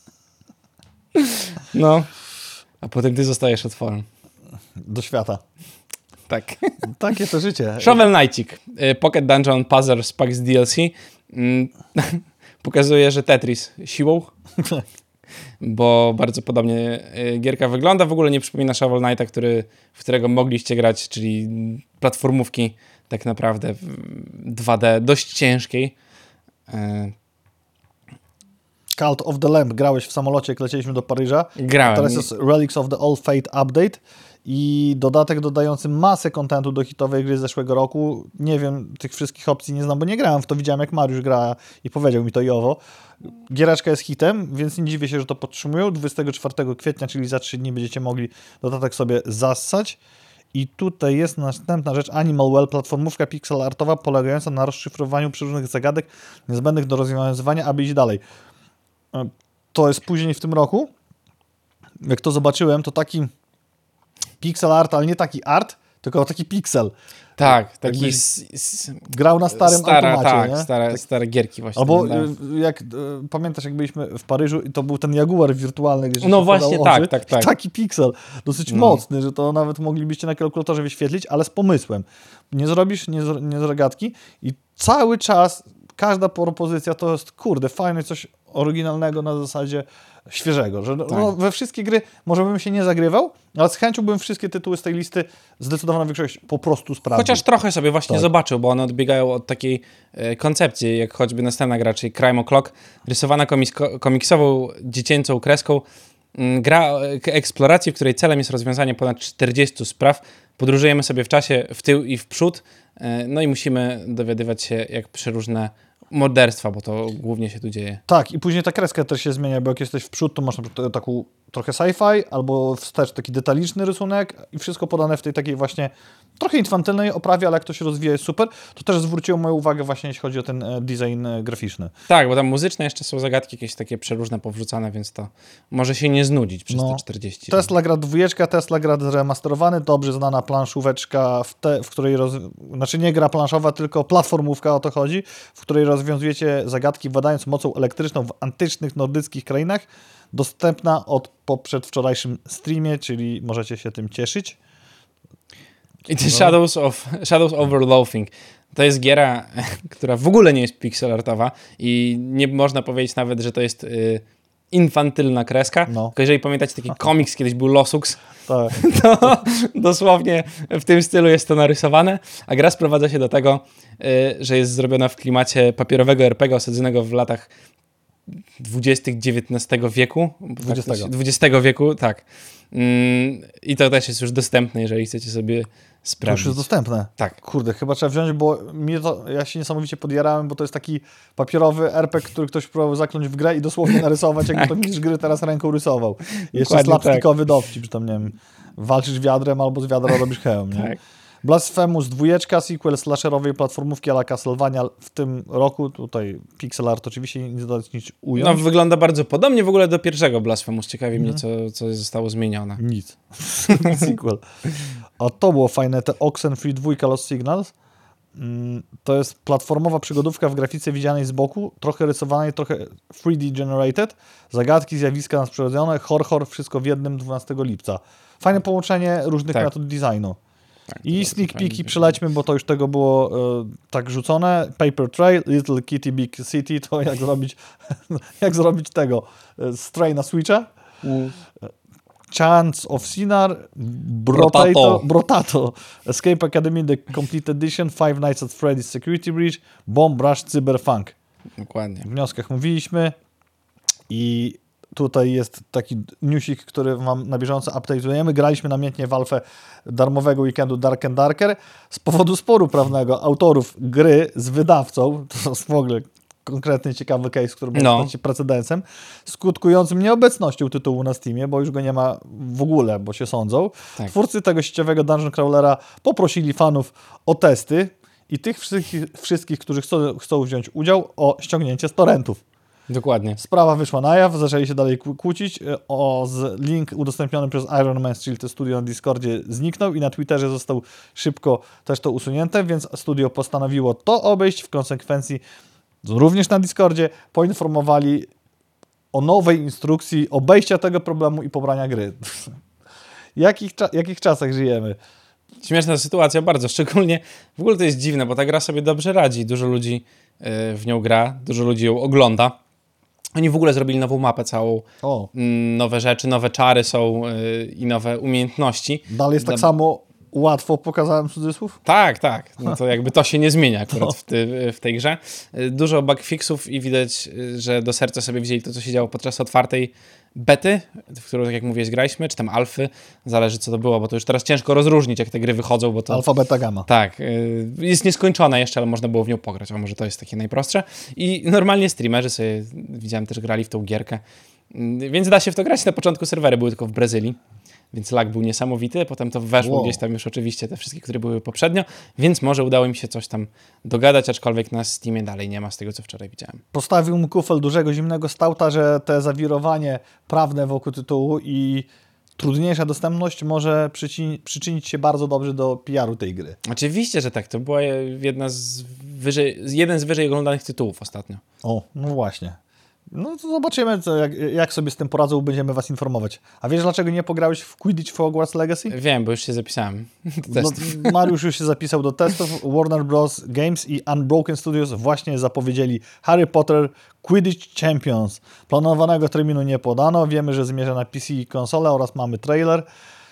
No, a potem ty zostajesz otworem. Do świata. Tak. Takie to życie. Shovel Knightik. Pocket Dungeon Puzzle Packs DLC. Pokazuje, że Tetris siłą. Bo bardzo podobnie gierka wygląda. W ogóle nie przypomina Shovel Knighta, w którego mogliście grać, czyli platformówki tak naprawdę 2D, dość ciężkiej. Cult of the Lamb. Grałeś w samolocie, jak lecieliśmy do Paryża. Grałem. Teraz jest Relics of the Old Fate Update i dodatek dodający masę kontentu do hitowej gry z zeszłego roku. Nie wiem, tych wszystkich opcji nie znam, bo nie grałem w to. Widziałem, jak Mariusz gra i powiedział mi to i owo. Giereczka jest hitem, więc nie dziwię się, że to podtrzymują. 24 kwietnia, czyli za 3 dni będziecie mogli dodatek sobie zassać. I tutaj jest następna rzecz, Animal Well, platformówka pixelartowa polegająca na rozszyfrowaniu przeróżnych zagadek niezbędnych do rozwiązywania, aby iść dalej. To jest później w tym roku. Jak to zobaczyłem, to taki pixel art, ale nie taki art, tylko taki pixel. Tak, taki grał na starym automacie. Tak, nie? stare gierki właśnie. Albo jak pamiętasz, jak byliśmy w Paryżu i to był ten Jaguar wirtualny, gdzie no właśnie, oczy, tak. Taki pixel, dosyć mocny, że to nawet moglibyście na kalkulatorze wyświetlić, ale z pomysłem. Nie zrobisz nie zagadki i cały czas każda propozycja to jest, kurde, fajne, coś oryginalnego na zasadzie świeżego, że no, we wszystkie gry może bym się nie zagrywał, ale z chęcią bym wszystkie tytuły z tej listy zdecydowana większość po prostu sprawdził. Chociaż trochę sobie właśnie zobaczył, bo one odbiegają od takiej koncepcji, jak choćby następna gra, czyli Crime O'Clock, rysowana komiksową, dziecięcą kreską, gra eksploracji, w której celem jest rozwiązanie ponad 40 spraw. Podróżujemy sobie w czasie w tył i w przód, no i musimy dowiadywać się, jak przeróżne morderstwa, bo to głównie się tu dzieje. Tak, i później ta kreska też się zmienia, bo jak jesteś w przód, to masz na przykład taką trochę sci-fi, albo wstecz taki detaliczny rysunek i wszystko podane w tej takiej właśnie trochę infantylnej oprawie, ale jak to się rozwija, jest super. To też zwróciło moją uwagę właśnie, jeśli chodzi o ten design graficzny. Tak, bo tam muzyczne jeszcze są zagadki jakieś takie przeróżne, powrzucane, więc to może się nie znudzić przez te 40. Tesla Grad 2, Tesla Grad zremasterowany, dobrze znana planszóweczka, w której znaczy nie gra planszowa, tylko platformówka, o to chodzi, w której rozwiązujecie zagadki władając mocą elektryczną w antycznych, nordyckich krainach, dostępna po przedwczorajszym streamie, czyli możecie się tym cieszyć. I The Shadows Over Loathing. To jest giera, która w ogóle nie jest pixelartowa i nie można powiedzieć nawet, że to jest infantylna kreska. Tylko jeżeli pamiętacie, taki komiks kiedyś był Losux, tak. To dosłownie w tym stylu jest to narysowane, a gra sprowadza się do tego, że jest zrobiona w klimacie papierowego RPG osadzonego w latach 20. XIX wieku. 20 wieku, tak. I to też jest już dostępne, jeżeli chcecie sobie sprawdzić. To już jest dostępne. Tak. Kurde, chyba trzeba wziąć, bo ja się niesamowicie podjarałem, bo to jest taki papierowy RPG, który ktoś próbował zakląć w grę i dosłownie narysować, jakby to mistrz gry teraz ręką rysował. Jeszcze slapstickowy dowcip, że tam, nie wiem, walczysz wiadrem albo z wiadra robisz hełm, nie? Tak. Blasphemous 2, sequel slasherowej platformówki a la Castlevania w tym roku. Tutaj pixel art oczywiście nie dodać nic ująć. No wygląda bardzo podobnie w ogóle do pierwszego Blasphemous. Ciekawi mnie, co zostało zmienione. Nic. Sequel. A to było fajne, te Oxenfree 2 Lost Signals. To jest platformowa przygodówka w grafice widzianej z boku, trochę rysowanej, trochę 3D generated. Zagadki, zjawiska nadprzyrodzone, horror, wszystko w jednym 12 lipca. Fajne połączenie różnych metod designu. Tak, i sneak peeki przelećmy, bo to już tego było tak rzucone. Paper Trail, Little Kitty Big City, to jak zrobić tego Stray na Switcha. Chance of Sinar, Brotato, Escape Academy The Complete Edition, Five Nights at Freddy's Security Breach, Bomb Rush Cyberpunk. Dokładnie. W wnioskach mówiliśmy i tutaj jest taki newsik, który wam na bieżąco update'ujemy. Graliśmy namiętnie w alfę darmowego weekendu Dark and Darker. Z powodu sporu prawnego autorów gry z wydawcą, to jest w ogóle konkretny, ciekawy case, który może stać się precedensem, skutkującym nieobecnością tytułu na Steamie, bo już go nie ma w ogóle, bo się sądzą. Tak. Twórcy tego sieciowego Dungeon Crawlera poprosili fanów o testy i tych wszystkich, którzy chcą wziąć udział, o ściągnięcie z torrentów. Dokładnie. Sprawa wyszła na jaw, zaczęli się dalej kłócić. Link udostępniony przez Iron Man Shield Studio na Discordzie zniknął i na Twitterze został szybko też to usunięte, więc studio postanowiło to obejść. W konsekwencji również na Discordzie poinformowali o nowej instrukcji obejścia tego problemu i pobrania gry. Jakich czasach żyjemy? Śmieszna sytuacja bardzo, szczególnie w ogóle to jest dziwne, bo ta gra sobie dobrze radzi. Dużo ludzi w nią gra, dużo ludzi ją ogląda. Oni w ogóle zrobili nową mapę całą, nowe rzeczy, nowe czary są i nowe umiejętności. Dalej jest tak samo łatwo, pokazałem cudzysłów? Tak. No to jakby to się nie zmienia akurat w tej grze. Dużo bugfixów i widać, że do serca sobie wzięli to, co się działo podczas otwartej bety, w którą, tak jak mówiłeś, graliśmy, czy tam alfy, zależy co to było, bo to już teraz ciężko rozróżnić, jak te gry wychodzą, bo to... Alfa, beta, gamma. Tak, jest nieskończona jeszcze, ale można było w nią pograć, a może to jest takie najprostsze. I normalnie streamerzy sobie, widziałem, też grali w tą gierkę, więc da się w to grać. Na początku serwery były tylko w Brazylii, więc lag był niesamowity, potem to weszło gdzieś tam już oczywiście te wszystkie, które były poprzednio, więc może udało mi się coś tam dogadać, aczkolwiek na Steamie dalej nie ma z tego, co wczoraj widziałem. Postawił mu kufel dużego zimnego stauta, że te zawirowanie prawne wokół tytułu i trudniejsza dostępność może przyczynić się bardzo dobrze do PR-u tej gry. Oczywiście, że tak. To była jeden z wyżej oglądanych tytułów ostatnio. No właśnie. No to zobaczymy, jak sobie z tym poradzą, będziemy was informować. A wiesz, dlaczego nie pograłeś w Quidditch Hogwarts Legacy? Wiem, bo już się zapisałem do testów. Mariusz już się zapisał do testów. Warner Bros. Games i Unbroken Studios właśnie zapowiedzieli Harry Potter Quidditch Champions. Planowanego terminu nie podano. Wiemy, że zmierza na PC i konsolę oraz mamy trailer.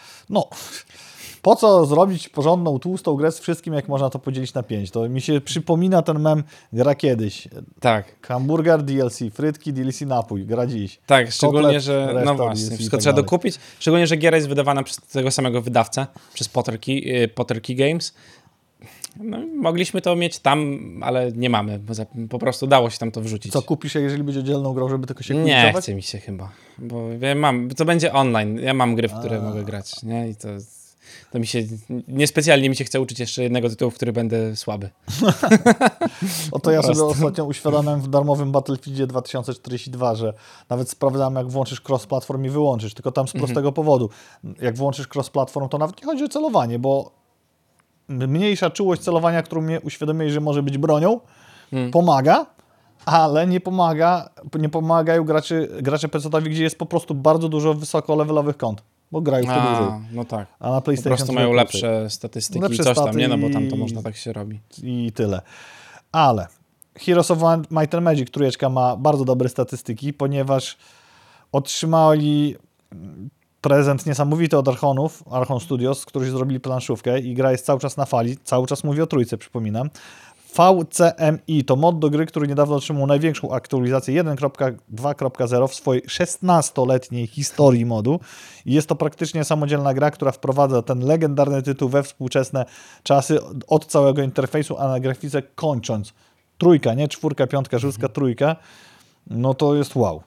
Po co zrobić porządną, tłustą grę z wszystkim, jak można to podzielić na 5? To mi się przypomina ten mem gra kiedyś. Tak. Hamburger, DLC, frytki, DLC, napój, gra dziś. Tak, szczególnie, że no właśnie, wszystko trzeba dokupić. Szczególnie, że giera jest wydawana przez tego samego wydawcę, przez Potter Key Games. No, mogliśmy to mieć tam, ale nie mamy, bo po prostu dało się tam to wrzucić. Co kupisz, jeżeli będzie oddzielną grą, żeby tylko się Nie kupować? chce mi się chyba, bo ja to będzie online. Ja mam gry, w które mogę grać, nie? I to mi się, niespecjalnie mi się chce uczyć jeszcze jednego tytułu, w który będę słaby. Oto ja sobie ostatnio uświadamiam w darmowym Battlefieldzie 2042, że nawet sprawdzałem, jak włączysz cross-platform i wyłączysz, tylko tam z prostego powodu. Jak włączysz cross-platform, to nawet nie chodzi o celowanie, bo mniejsza czułość celowania, którą mnie uświadomiłeś, że może być bronią, pomaga, ale nie pomagają gracze PC-owi, gdzie jest po prostu bardzo dużo wysoko-levelowych kont. Bo grają w to dłużej. No tak. A na PlayStation po prostu mają lepsze statystyki i coś tam, nie? No bo tam to można tak się robi. I tyle. Ale Heroes of Might and Magic trójeczka ma bardzo dobre statystyki, ponieważ otrzymali prezent niesamowity od Archon Studios, którzy zrobili planszówkę i gra jest cały czas na fali. Cały czas mówię o trójce, przypominam. VCMI to mod do gry, który niedawno otrzymał największą aktualizację 1.2.0 w swojej 16-letniej historii modu. I jest to praktycznie samodzielna gra, która wprowadza ten legendarny tytuł we współczesne czasy od całego interfejsu, a na grafice kończąc. Trójka, nie? 4, 5, 6, trójka. No to jest wow.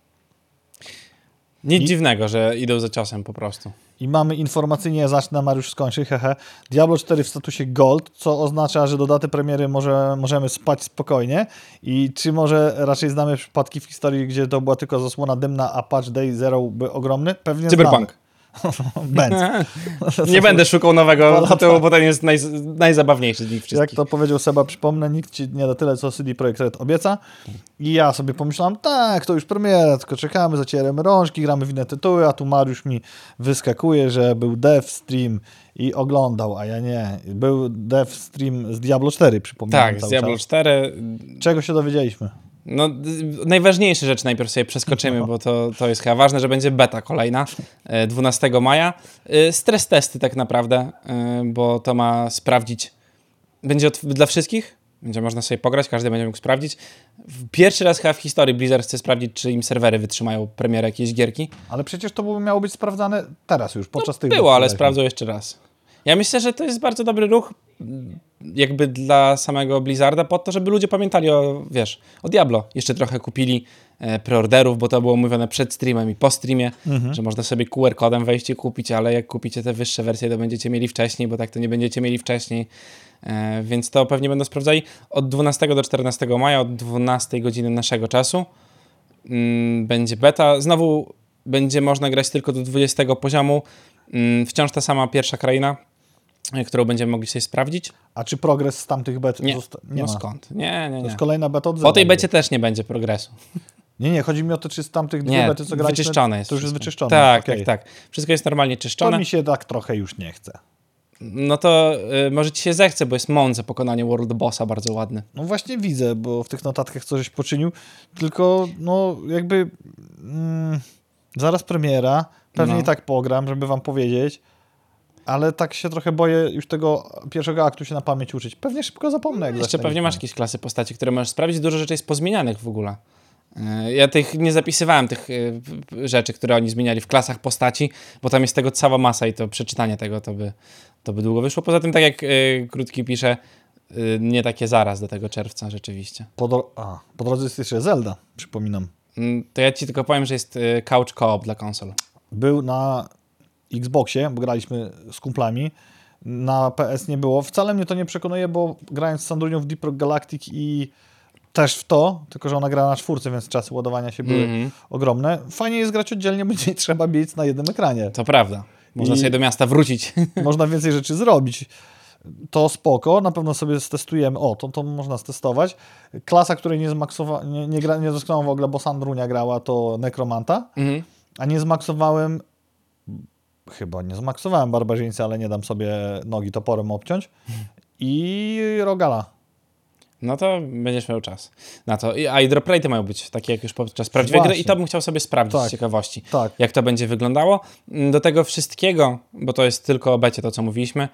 Nic dziwnego, że idą za ciosem po prostu. I mamy informacyjnie, zacznę, Mariusz skończy, Diablo 4 w statusie Gold, co oznacza, że do daty premiery możemy spać spokojnie. I czy może raczej znamy przypadki w historii, gdzie to była tylko zasłona dymna, a patch day zero był ogromny? Pewnie Cyberpunk. Nie będę szukał nowego tytułu, bo ten jest najzabawniejszy z nich wszystkich. Jak to powiedział Seba, przypomnę, nikt ci nie da tyle, co CD Projekt Red obieca. I ja sobie pomyślałem, tak, to już premiera, tylko czekamy, zacieramy rączki, gramy w inne tytuły, a tu Mariusz mi wyskakuje, że był dev stream i oglądał, a ja nie. Był dev stream z Diablo 4, przypominam. Tak, z Diablo 4. Czego się dowiedzieliśmy? No, najważniejsze rzeczy najpierw sobie przeskoczymy, bo to jest chyba ważne, że będzie beta kolejna 12 maja. Stres testy tak naprawdę, bo to ma sprawdzić, będzie dla wszystkich, będzie można sobie pograć, każdy będzie mógł sprawdzić. Pierwszy raz chyba w historii Blizzard chce sprawdzić, czy im serwery wytrzymają premierę jakiejś gierki. Ale przecież to miało być sprawdzane teraz już, podczas tych... Było, ale sprawdzą jeszcze raz. Ja myślę, że to jest bardzo dobry ruch, jakby dla samego Blizzarda po to, żeby ludzie pamiętali o Diablo. Jeszcze trochę kupili preorderów, bo to było mówione przed streamem i po streamie, że można sobie QR-kodem wejść i kupić, ale jak kupicie te wyższe wersje, to będziecie mieli wcześniej, bo tak to nie będziecie mieli wcześniej. Więc to pewnie będą sprawdzali od 12 do 14 maja, od 12 godziny naszego czasu. Będzie beta. Znowu będzie można grać tylko do 20 poziomu. Wciąż ta sama pierwsza kraina, którą będziemy mogli sobie sprawdzić. A czy progres z tamtych bet nie ma? Skąd? Nie. To jest kolejna beta od zera. Po tej becie też nie będzie progresu. Nie, chodzi mi o to, czy z tamtych dwie bety, co graliśmy, wyczyszczone jest. To już jest wyczyszczone. Tak, okay. tak. Wszystko jest normalnie czyszczone. To mi się tak trochę już nie chce. No to może ci się zechce, bo jest Monza, pokonanie World Bossa, bardzo ładny. No właśnie widzę, bo w tych notatkach coś poczynił, tylko no jakby zaraz premiera, pewnie i tak pogram, żeby wam powiedzieć, ale tak się trochę boję już tego pierwszego aktu się na pamięć uczyć. Pewnie szybko zapomnę. Jak jeszcze pewnie masz jakieś klasy postaci, które możesz sprawdzić. Dużo rzeczy jest pozmienianych w ogóle. Ja nie zapisywałem tych rzeczy, które oni zmieniali w klasach postaci, bo tam jest tego cała masa i to przeczytanie tego to by długo wyszło. Poza tym, tak jak Krótki pisze, nie takie zaraz do tego czerwca rzeczywiście. Po drodze jest jeszcze Zelda, przypominam. To ja ci tylko powiem, że jest couch co-op dla konsol. Był na Xboxie, bo graliśmy z kumplami. Na PS nie było. Wcale mnie to nie przekonuje, bo grając z Sandrunią w Deep Rock Galactic i też w to, tylko że ona gra na 4, więc czasy ładowania się były ogromne. Fajnie jest grać oddzielnie, bo nie trzeba biec na jednym ekranie. To prawda. Można sobie do miasta wrócić. Można więcej rzeczy zrobić. To spoko, na pewno sobie stestujemy. To można stestować. Klasa, której nie dotknąłem w ogóle, bo Sandrunia grała, to Nekromanta. A nie zmaksowałem barbarzyńcy, ale nie dam sobie nogi toporem obciąć. I Rogala. No to będziesz miał czas na to. A i drop rate'y mają być takie jak już podczas prawdziwej gry i to bym chciał sobie sprawdzić z ciekawości, jak to będzie wyglądało. Do tego wszystkiego, bo to jest tylko o becie to, co mówiliśmy,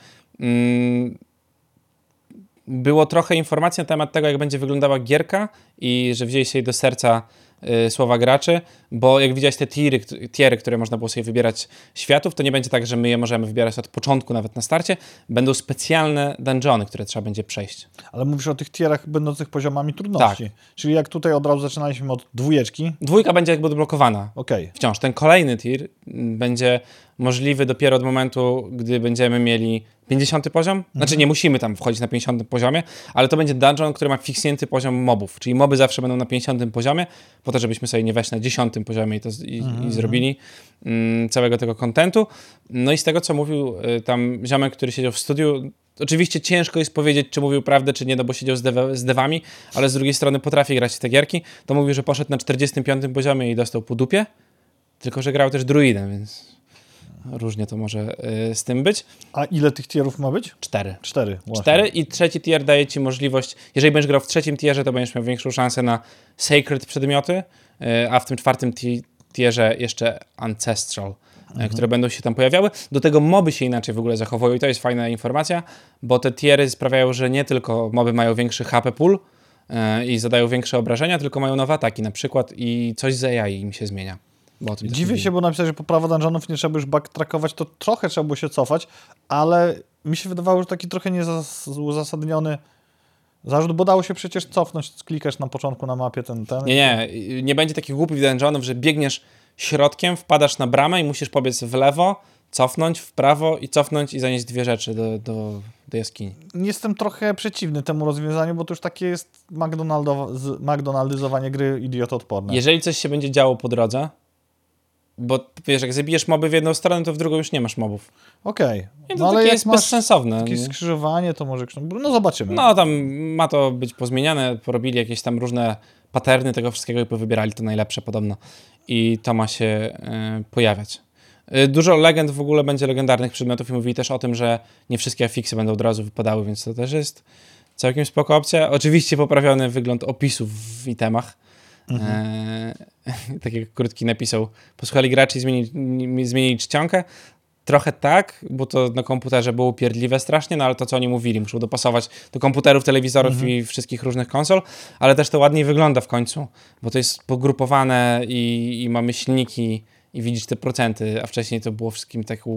było trochę informacji na temat tego, jak będzie wyglądała gierka i że wzięli się jej do serca słowa graczy, bo jak widziałeś te tiery, które można było sobie wybierać światów, to nie będzie tak, że my je możemy wybierać od początku, nawet na starcie. Będą specjalne dungeony, które trzeba będzie przejść. Ale mówisz o tych tierach będących poziomami trudności. Tak. Czyli jak tutaj od razu zaczynaliśmy od 2. 2 będzie jakby odblokowana. Wciąż. Ten kolejny tier będzie możliwy dopiero od momentu, gdy będziemy mieli 50 poziom. Znaczy nie musimy tam wchodzić na 50 poziomie, ale to będzie dungeon, który ma fiksnięty poziom mobów. Czyli moby zawsze będą na 50 poziomie, po to, żebyśmy sobie nie weszli na 10 poziomie i zrobili całego tego kontentu. No i z tego, co mówił tam ziomek, który siedział w studiu, oczywiście ciężko jest powiedzieć, czy mówił prawdę, czy nie, no bo siedział z devami, ale z drugiej strony potrafi grać w te gierki. To mówił, że poszedł na 45 poziomie i dostał po dupie, tylko że grał też druidem, więc różnie to może z tym być. A ile tych tierów ma być? 4. 4 i trzeci tier daje ci możliwość, jeżeli będziesz grał w trzecim tierze, to będziesz miał większą szansę na sacred przedmioty, a w tym 4 tierze jeszcze ancestral, które będą się tam pojawiały. Do tego moby się inaczej w ogóle zachowują i to jest fajna informacja, bo te tiery sprawiają, że nie tylko moby mają większy HP pool i zadają większe obrażenia, tylko mają nowe ataki na przykład i coś z AI im się zmienia. Dziwię się, bo napisałeś, że poprawa dungeonów nie trzeba już backtrackować, to trochę trzeba było się cofać, ale mi się wydawało, że taki trochę nieuzasadniony zarzut, bo dało się przecież cofnąć, klikasz na początku na mapie ten. Nie będzie takich głupich dungeonów, że biegniesz środkiem, wpadasz na bramę i musisz pobiec w lewo, cofnąć w prawo i cofnąć i zanieść 2 rzeczy do jaskini. Jestem trochę przeciwny temu rozwiązaniu, bo to już takie jest McDonaldyzowanie gry idiotoodporne. Jeżeli coś się będzie działo po drodze, bo wiesz, jak zabijesz moby w jedną stronę, to w drugą już nie masz mobów. No ale takie jest bezsensowne. Takie skrzyżowanie, to może... No zobaczymy. No tam ma to być pozmieniane, porobili jakieś tam różne paterny tego wszystkiego i powybierali to najlepsze podobno. I to ma się pojawiać. Dużo legend w ogóle będzie legendarnych przedmiotów i mówili też o tym, że nie wszystkie afiksy będą od razu wypadały, więc to też jest całkiem spoko opcja. Oczywiście poprawiony wygląd opisów w itemach. Tak jak Krótki napisał, posłuchali graczy i zmienili czcionkę. Trochę tak, bo to na komputerze było upierdliwe strasznie, no ale to, co oni mówili, muszą dopasować do komputerów, telewizorów i wszystkich różnych konsol, ale też to ładniej wygląda w końcu, bo to jest pogrupowane i ma myślniki i widzisz te procenty, a wcześniej to było wszystkim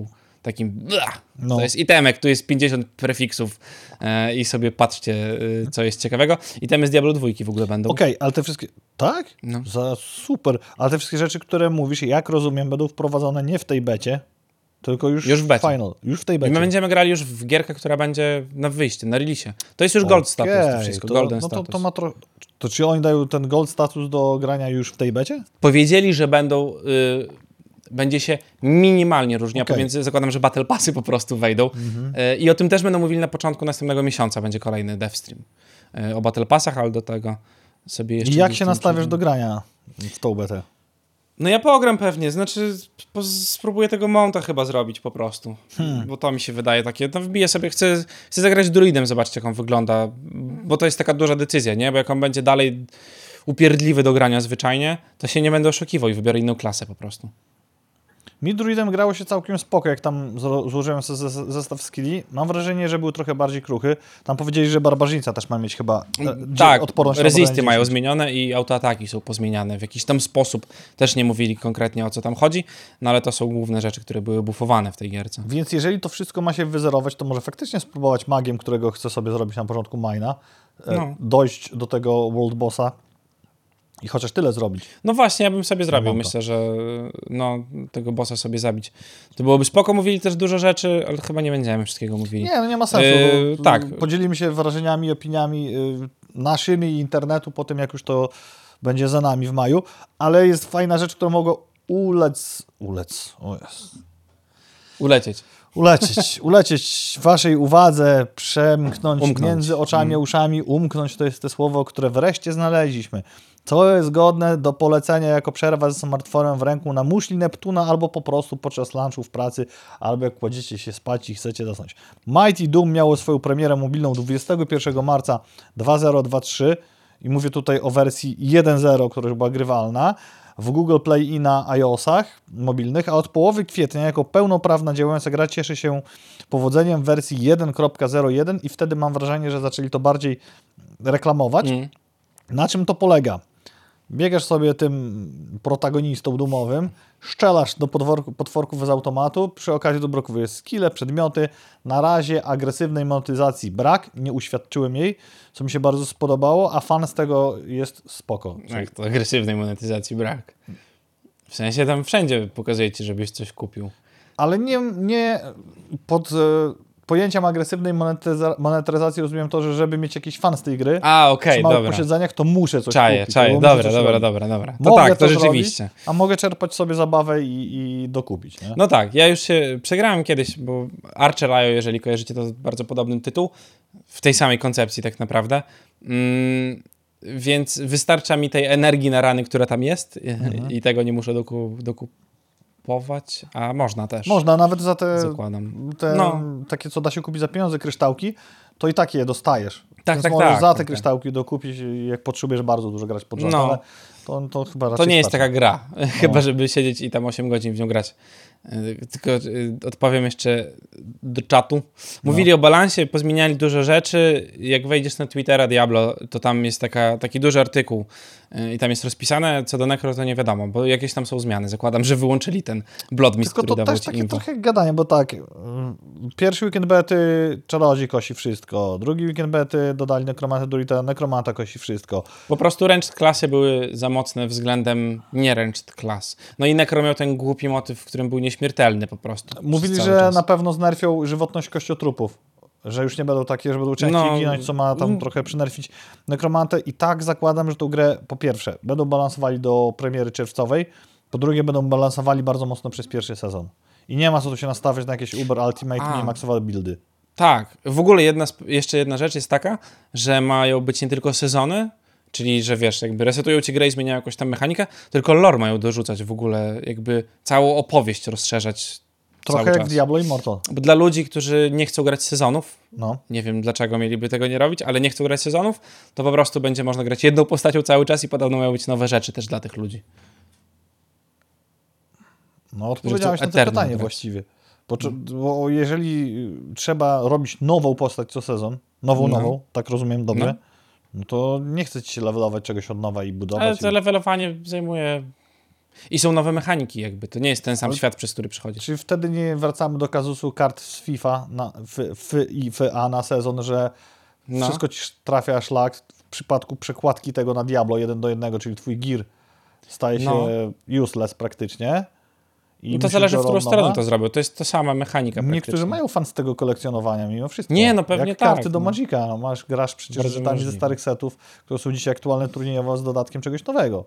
takim to jest itemek, tu jest 50 prefiksów i sobie patrzcie, co jest ciekawego. Itemy z Diablo 2 w ogóle będą. Okej, ale te wszystkie... Tak? No. Super. Ale te wszystkie rzeczy, które mówisz, jak rozumiem, będą wprowadzone nie w tej becie, tylko już w becie. Final. Już w tej becie. I my będziemy grali już w gierkę, która będzie na wyjściu, na releasie. To jest już gold status, to wszystko, golden status. To czy oni dają ten gold status do grania już w tej becie? Powiedzieli, że będzie się minimalnie różniła pomiędzy, zakładam, że Battle Passy po prostu wejdą. I o tym też będą mówili na początku następnego miesiąca, będzie kolejny devstream o Battle Passach, ale do tego sobie jeszcze... I jak się nastawiasz do grania w tą betę? No ja pogram pewnie, znaczy spróbuję tego mounta chyba zrobić po prostu, bo to mi się wydaje takie, no wbiję sobie, chcę zagrać druidem, zobaczcie jak on wygląda, bo to jest taka duża decyzja, nie, bo jak on będzie dalej upierdliwy do grania zwyczajnie, to się nie będę oszukiwał i wybiorę inną klasę po prostu. Mi druidem grało się całkiem spoko, jak tam złożyłem sobie zestaw skilli. Mam wrażenie, że był trochę bardziej kruchy. Tam powiedzieli, że barbarzyńca też ma mieć chyba odporność. Resisty mają zmienione i autoataki są pozmieniane w jakiś tam sposób. Też nie mówili konkretnie o co tam chodzi, no ale to są główne rzeczy, które były buffowane w tej gierce. Więc jeżeli to wszystko ma się wyzerować, to może faktycznie spróbować magiem, którego chcę sobie zrobić na początku maina, dojść do tego world bossa i chociaż tyle zrobić. No właśnie, ja bym sobie zrobił. Myślę, że tego bossa sobie zabić. To byłoby spoko. Mówili też dużo rzeczy, ale chyba nie będziemy wszystkiego mówili. Nie, no nie ma sensu. Tak. Podzielimy się wrażeniami, opiniami naszymi i internetu po tym, jak już to będzie za nami w maju. Ale jest fajna rzecz, która mogła ulecieć waszej uwadze, umknąć między oczami a uszami, umknąć to jest to słowo, które wreszcie znaleźliśmy. Co jest godne do polecenia jako przerwa ze smartfonem w ręku na muszli Neptuna albo po prostu podczas lunchu w pracy, albo jak kładziecie się spać i chcecie zasnąć. Mighty Doom miało swoją premierę mobilną 21 marca 2023 i mówię tutaj o wersji 1.0, która już była grywalna w Google Play i na iOS-ach mobilnych, a od połowy kwietnia jako pełnoprawna działająca gra cieszy się powodzeniem w wersji 1.01 i wtedy mam wrażenie, że zaczęli to bardziej reklamować. Na czym to polega? Biegasz sobie tym protagonistą dumowym, szczelasz do potworków z automatu, przy okazji doblokowujesz skille, przedmioty. Na razie agresywnej monetyzacji brak, nie uświadczyłem jej, co mi się bardzo spodobało, a fan z tego jest spoko. Jak to agresywnej monetyzacji brak? W sensie tam wszędzie pokazujecie, żebyś coś kupił. Ale nie pod pojęciem agresywnej monetyzacji rozumiem to, że żeby mieć jakiś fan z tej gry, przy małych posiedzeniach, to muszę coś kupić. Dobra. To tak, to rzeczywiście. Zrobić, a mogę czerpać sobie zabawę i dokupić. Nie? No tak, ja już się przegrałem kiedyś, bo Archer.io, jeżeli kojarzycie, to bardzo podobny tytuł, w tej samej koncepcji tak naprawdę. Więc wystarcza mi tej energii na rany, która tam jest i tego nie muszę dokupować, a można też. Można, nawet za te takie, co da się kupić za pieniądze, kryształki, to i tak je dostajesz. Więc możesz za te kryształki dokupić, jak potrzebujesz bardzo dużo grać pod rząd, ale to chyba raczej to nie jest taka gra, chyba żeby siedzieć i tam 8 godzin w nią grać. Tylko odpowiem jeszcze do czatu. Mówili o balansie, pozmieniali dużo rzeczy. Jak wejdziesz na Twittera Diablo, to tam jest taki duży artykuł i tam jest rozpisane. Co do Necro to nie wiadomo, bo jakieś tam są zmiany. Zakładam, że wyłączyli ten Bloodmist, który dawał ci info. Tylko to też takie trochę gadanie, bo tak, pierwszy weekend bety Czarodziej kosi wszystko, drugi weekend bety dodali Nekromantę Druida, Nekromanta kosi wszystko. Po prostu ranged klasy były za mocne względem nie ranged klas. No i Necro miał ten głupi motyw, w którym był nieśmiertelny po prostu. Mówili, że na pewno znerfią żywotność kościotrupów. Że już nie będą takie, że będą częściej ginąć, co ma tam trochę przynerfić Nekromantę. I tak zakładam, że tą grę po pierwsze będą balansowali do premiery czerwcowej, po drugie będą balansowali bardzo mocno przez pierwszy sezon. I nie ma co tu się nastawiać na jakieś Uber Ultimate, nie maksowe buildy. Tak. W ogóle jeszcze jedna rzecz jest taka, że mają być nie tylko sezony, czyli, że wiesz, jakby resetują ci grę i zmieniają jakąś tam mechanikę, tylko lore mają dorzucać w ogóle, jakby całą opowieść rozszerzać trochę cały jak czas. Diablo Immortal. Bo dla ludzi, którzy nie chcą grać sezonów, nie wiem dlaczego mieliby tego nie robić, ale nie chcą grać sezonów, to po prostu będzie można grać jedną postacią cały czas i podobno mają być nowe rzeczy też dla tych ludzi. No, odpowiedziałeś na to pytanie grać. Właściwie. Bo jeżeli trzeba robić nową postać co sezon, nową, tak rozumiem dobrze, no to nie chce ci się levelować czegoś od nowa i budować. Ale to levelowanie zajmuje I są nowe mechaniki jakby, to nie jest ten sam świat, przez który przychodzisz. Czyli wtedy nie wracamy do kazusu kart z FIFA i FA na sezon, że wszystko ci trafia szlak w przypadku przekładki tego na Diablo 1:1, czyli twój gear staje się useless praktycznie. I to zależy, w którą stronę to zrobił. To jest to sama mechanika. Niektórzy mają fan z tego kolekcjonowania mimo wszystko. Nie, no pewnie jak tak. karty do Magica. Grasz przecież rzeczami ze starych setów, które są dzisiaj aktualne turniejowo z dodatkiem czegoś nowego.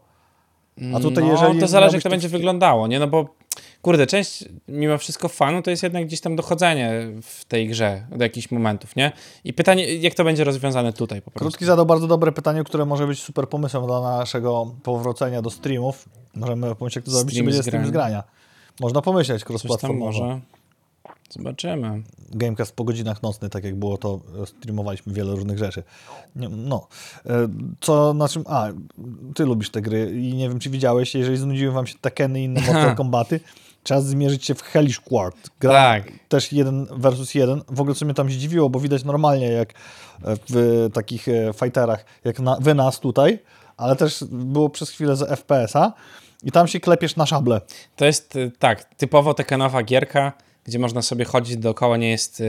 A tutaj jeżeli to zależy, jak to będzie wyglądało, nie? No bo kurde, część mimo wszystko fanu to jest jednak gdzieś tam dochodzenie w tej grze do jakichś momentów, nie? I pytanie, jak to będzie rozwiązane tutaj po prostu. Krótki zadał bardzo dobre pytanie, które może być super pomysłem dla naszego powrócenia do streamów. Możemy pomyśleć, jak to zrobić, czy będzie stream z grania. Można pomyśleć cross-platformowo. Może. Zobaczymy. Gamecast po godzinach nocnych, tak jak było to, streamowaliśmy wiele różnych rzeczy. No. Co, na czym... ty lubisz te gry i nie wiem, czy widziałeś, jeżeli znudziły wam się Tekkeny i inne Mortal Kombaty, czas zmierzyć się w Hellish Quart. Gra też 1 versus 1. W ogóle co mnie tam zdziwiło, bo widać normalnie jak w takich fighterach, jak wy nas tutaj, ale też było przez chwilę z FPS-a i tam się klepiesz na szable. To jest tak, typowo Tekkenowa gierka, gdzie można sobie chodzić dookoła, nie jest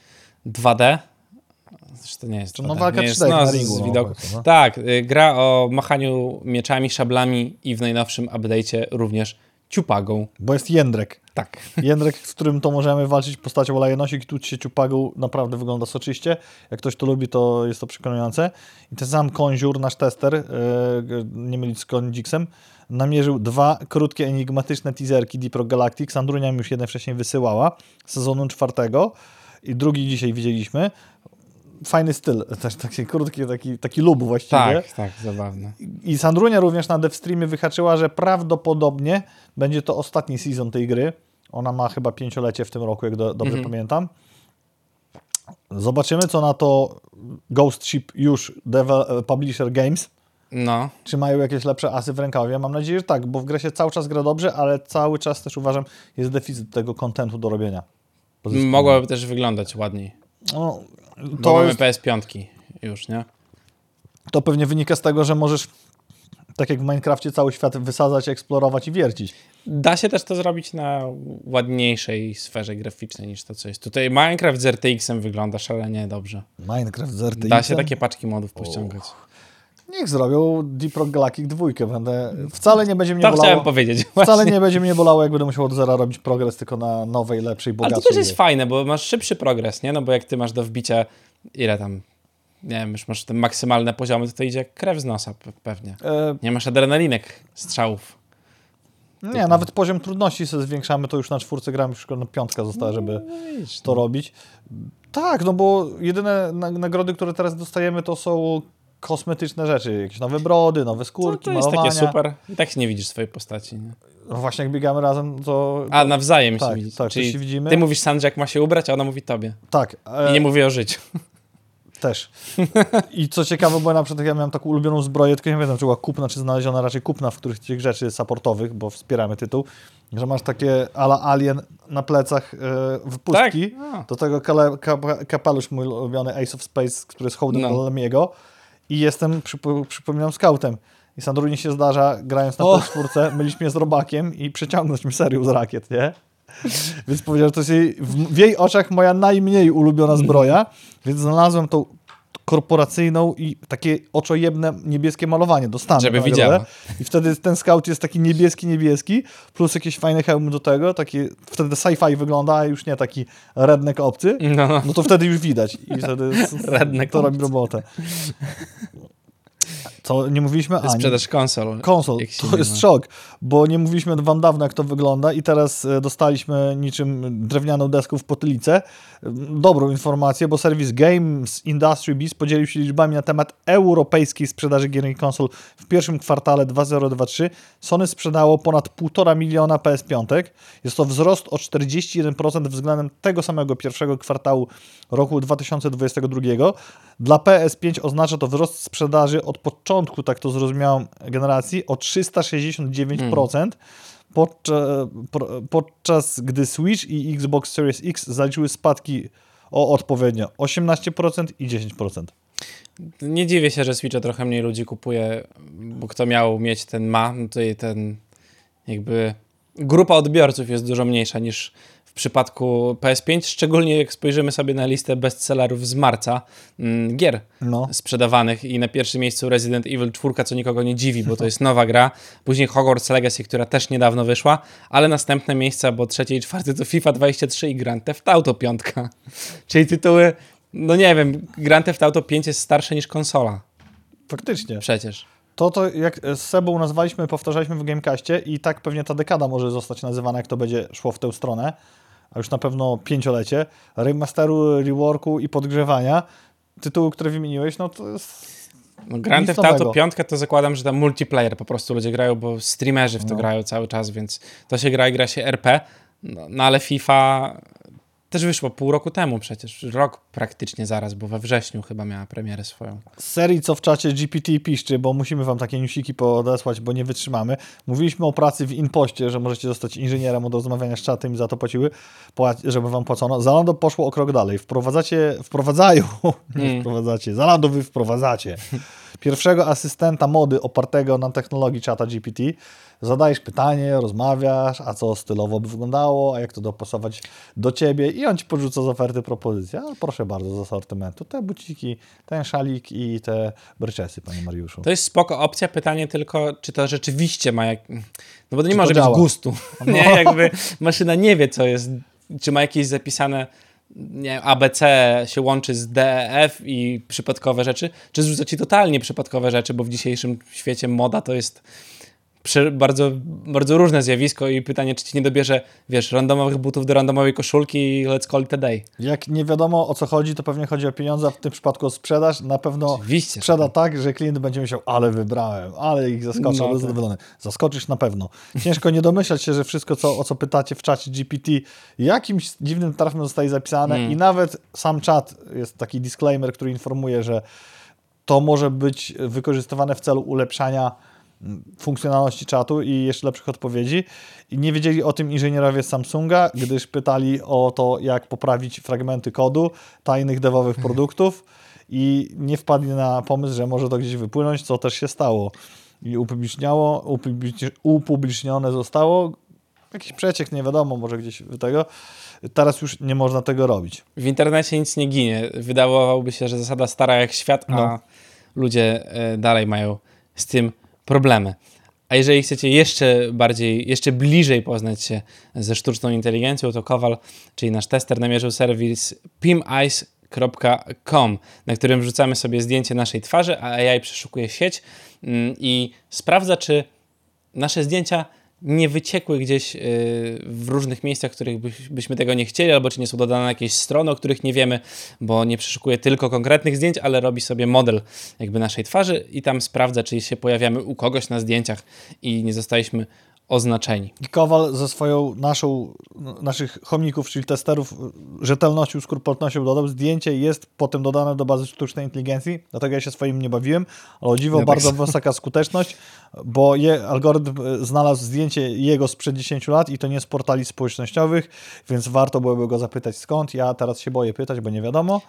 2D. Zresztą nie jest 2D. No walka 3D na ringu. Z widoku. No. Tak, gra o machaniu mieczami, szablami i w najnowszym update'cie również ciupagą. Bo jest Jędrek. Tak. Jędrek, z którym to możemy walczyć postacią lajenosik i tu się ciupagą naprawdę wygląda soczyście. Jak ktoś to lubi, to jest to przekonujące. I ten sam Konziur, nasz tester, nie mylić z Kondzixem, namierzył 2 krótkie, enigmatyczne teaserki Deep Rock Galactic. Sandrunia mi już jeden wcześniej wysyłała, sezonu 4 i drugi dzisiaj widzieliśmy. Fajny styl, też taki krótki, taki lub właściwie. Tak, zabawne. I Sandrunia również na DevStreamie wyhaczyła, że prawdopodobnie będzie to ostatni sezon tej gry. Ona ma chyba 5-lecie w tym roku, jak dobrze pamiętam. Zobaczymy, co na to Ghost Ship już Publisher Games. No. Czy mają jakieś lepsze asy w rękawie? Mam nadzieję, że tak, bo w grze się cały czas gra dobrze, ale cały czas też uważam, jest deficyt tego kontentu do robienia. Mogłoby też wyglądać ładniej. No, to mamy PS5 już, nie? To pewnie wynika z tego, że możesz, tak jak w Minecrafcie, cały świat wysadzać, eksplorować i wiercić. Da się też to zrobić na ładniejszej sferze graficznej niż to, co jest. Tutaj Minecraft z RTX-em wygląda szalenie dobrze. Minecraft z RTX-em? Da się takie paczki modów pościągać. Niech zrobią Deep Rock Galactic 2. Wcale nie będzie mnie bolało. To chciałem powiedzieć. Wcale nie będzie mnie bolało, jak będę musiał od zera robić progres, tylko na nowej, lepszej, bogatszej. Ale to też jest fajne, bo masz szybszy progres, nie? No bo jak ty masz do wbicia, ile tam, nie wiem, już masz te maksymalne poziomy, to idzie jak krew z nosa pewnie. Nie masz adrenalinek, strzałów. Nie, nawet poziom trudności sobie zwiększamy, to już na 4 gramy, już na 5 została, żeby to robić. Tak, no bo jedyne nagrody, które teraz dostajemy, to są kosmetyczne rzeczy, jakieś nowe brody, nowe skórki, to jest malowania. takie super. I tak się nie widzisz swojej postaci. Nie? No właśnie, jak biegamy razem, to... nawzajem tak, się widzisz. Tak, czyli się widzimy. Ty mówisz Sandrze, jak ma się ubrać, a ona mówi tobie. Tak. I nie mówi o życiu. Też. I co ciekawe, bo na przykład ja miałem taką ulubioną zbroję, tylko nie wiem, czy była kupna, czy znaleziona, raczej kupna w których tych rzeczy supportowych, bo wspieramy tytuł, że masz takie ala Alien na plecach wypustki. Tak. Do tego kapelusz mój ulubiony Ace of Space, który jest hołdem dla Lemiego. I jestem, przypominam, scoutem. I Sandrunie się zdarza, grając na PS4, mylić mnie z robakiem i przeciągnąć mi serię z rakiet, nie? Więc powiedział, że to jest w jej oczach moja najmniej ulubiona zbroja, więc znalazłem tą korporacyjną i takie oczojebne niebieskie malowanie do stanu. Żeby widziała. I wtedy ten scout jest taki niebieski, plus jakieś fajne hełmy do tego, taki, wtedy sci-fi wygląda, a już nie taki redneck obcy, no to wtedy już widać. I wtedy to robi robotę. Co nie mówiliśmy? Sprzedaż konsol. To jest szok, bo nie mówiliśmy wam dawno, jak to wygląda i teraz dostaliśmy niczym drewnianą deską w potylicę dobrą informację, bo serwis Games Industry Biz podzielił się liczbami na temat europejskiej sprzedaży gier i konsol w pierwszym kwartale 2023. Sony sprzedało ponad 1,5 miliona PS5. Jest to wzrost o 41% względem tego samego pierwszego kwartału roku 2022. Dla PS5 oznacza to wzrost sprzedaży od początku, tak to zrozumiałem, generacji o 369%, podczas gdy Switch i Xbox Series X zaliczyły spadki o odpowiednio 18% i 10%. Nie dziwię się, że Switcha trochę mniej ludzi kupuje, bo kto miał mieć ten no to i ten... jakby grupa odbiorców jest dużo mniejsza niż w przypadku PS5, szczególnie jak spojrzymy sobie na listę bestsellerów z marca gier sprzedawanych i na pierwszym miejscu Resident Evil 4, co nikogo nie dziwi, bo to jest nowa gra, później Hogwarts Legacy, która też niedawno wyszła, ale następne miejsca, bo 3. i 4 to FIFA 23 i Grand Theft Auto 5, czyli tytuły, no nie wiem, Grand Theft Auto 5 jest starsze niż konsola. Faktycznie. Przecież. To jak z Sebą nazwaliśmy, powtarzaliśmy w Gamecaście i tak pewnie ta dekada może zostać nazywana, jak to będzie szło w tę stronę, a już na pewno 5-lecie, remasteru, reworku i podgrzewania. Tytuły, które wymieniłeś, no to jest... No, Grand Theft Auto 5 to zakładam, że tam multiplayer po prostu ludzie grają, bo streamerzy w to grają cały czas, więc to się gra i gra się RP, no ale FIFA też wyszło pół roku temu przecież, rok praktycznie zaraz, bo we wrześniu chyba miała premierę swoją. Z serii, co w czacie GPT piszczy, bo musimy wam takie newsiki podesłać, bo nie wytrzymamy. Mówiliśmy o pracy w InPoście, że możecie zostać inżynierem od rozmawiania z czatem i za to płaciły, żeby wam płacono. Zalando poszło o krok dalej. Zalando wy wprowadzacie pierwszego asystenta mody opartego na technologii czata GPT. Zadajesz pytanie, rozmawiasz, a co stylowo by wyglądało, a jak to dopasować do ciebie i on ci porzuca z oferty propozycje. A proszę bardzo, z asortymentu. Te buciki, ten szalik i te bryczesy, panie Mariuszu. To jest spoko opcja, pytanie tylko, czy to rzeczywiście ma no bo to nie może być gustu. No. Nie, jakby maszyna nie wie, co jest, czy ma jakieś zapisane, nie, ABC się łączy z DEF i przypadkowe rzeczy, czy zrzuca ci totalnie przypadkowe rzeczy, bo w dzisiejszym świecie moda to jest bardzo, bardzo różne zjawisko i pytanie, czy ci nie dobierze, wiesz, randomowych butów do randomowej koszulki i let's call it a day. Jak nie wiadomo, o co chodzi, to pewnie chodzi o pieniądze, a w tym przypadku o sprzedaż. Na pewno sprzeda tak, że klient będzie myślał, ale wybrałem, ale ich zaskoczę, ale zadowolony. Zaskoczysz na pewno. Ciężko nie domyślać się, że wszystko, o co pytacie w czacie GPT, jakimś dziwnym trafem zostaje zapisane i nawet sam czat, jest taki disclaimer, który informuje, że to może być wykorzystywane w celu ulepszania funkcjonalności czatu i jeszcze lepszych odpowiedzi. I nie wiedzieli o tym inżynierowie z Samsunga, gdyż pytali o to, jak poprawić fragmenty kodu tajnych devowych produktów i nie wpadli na pomysł, że może to gdzieś wypłynąć, co też się stało. I upublicznione zostało. Jakiś przeciek, nie wiadomo, może gdzieś tego. Teraz już nie można tego robić. W internecie nic nie ginie. Wydawałoby się, że zasada stara jak świat, a ludzie dalej mają z tym problemy. A jeżeli chcecie jeszcze bliżej poznać się ze sztuczną inteligencją, to Kowal, czyli nasz tester, namierzył serwis pimeyes.com, na którym wrzucamy sobie zdjęcie naszej twarzy, a AI przeszukuje sieć i sprawdza, czy nasze zdjęcia nie wyciekły gdzieś w różnych miejscach, w których byśmy tego nie chcieli, albo czy nie są dodane jakieś strony, o których nie wiemy, bo nie przeszukuje tylko konkretnych zdjęć, ale robi sobie model jakby naszej twarzy i tam sprawdza, czy się pojawiamy u kogoś na zdjęciach i nie zostaliśmy oznaczeni. Kowal ze naszych chomników, czyli testerów, rzetelnością, skrupulatnością dodał. Zdjęcie jest potem dodane do bazy sztucznej inteligencji, dlatego ja się swoim nie bawiłem, ale o dziwo bardzo wysoka skuteczność, bo algorytm znalazł zdjęcie jego sprzed 10 lat i to nie z portali społecznościowych, więc warto byłoby go zapytać skąd. Ja teraz się boję pytać, bo nie wiadomo.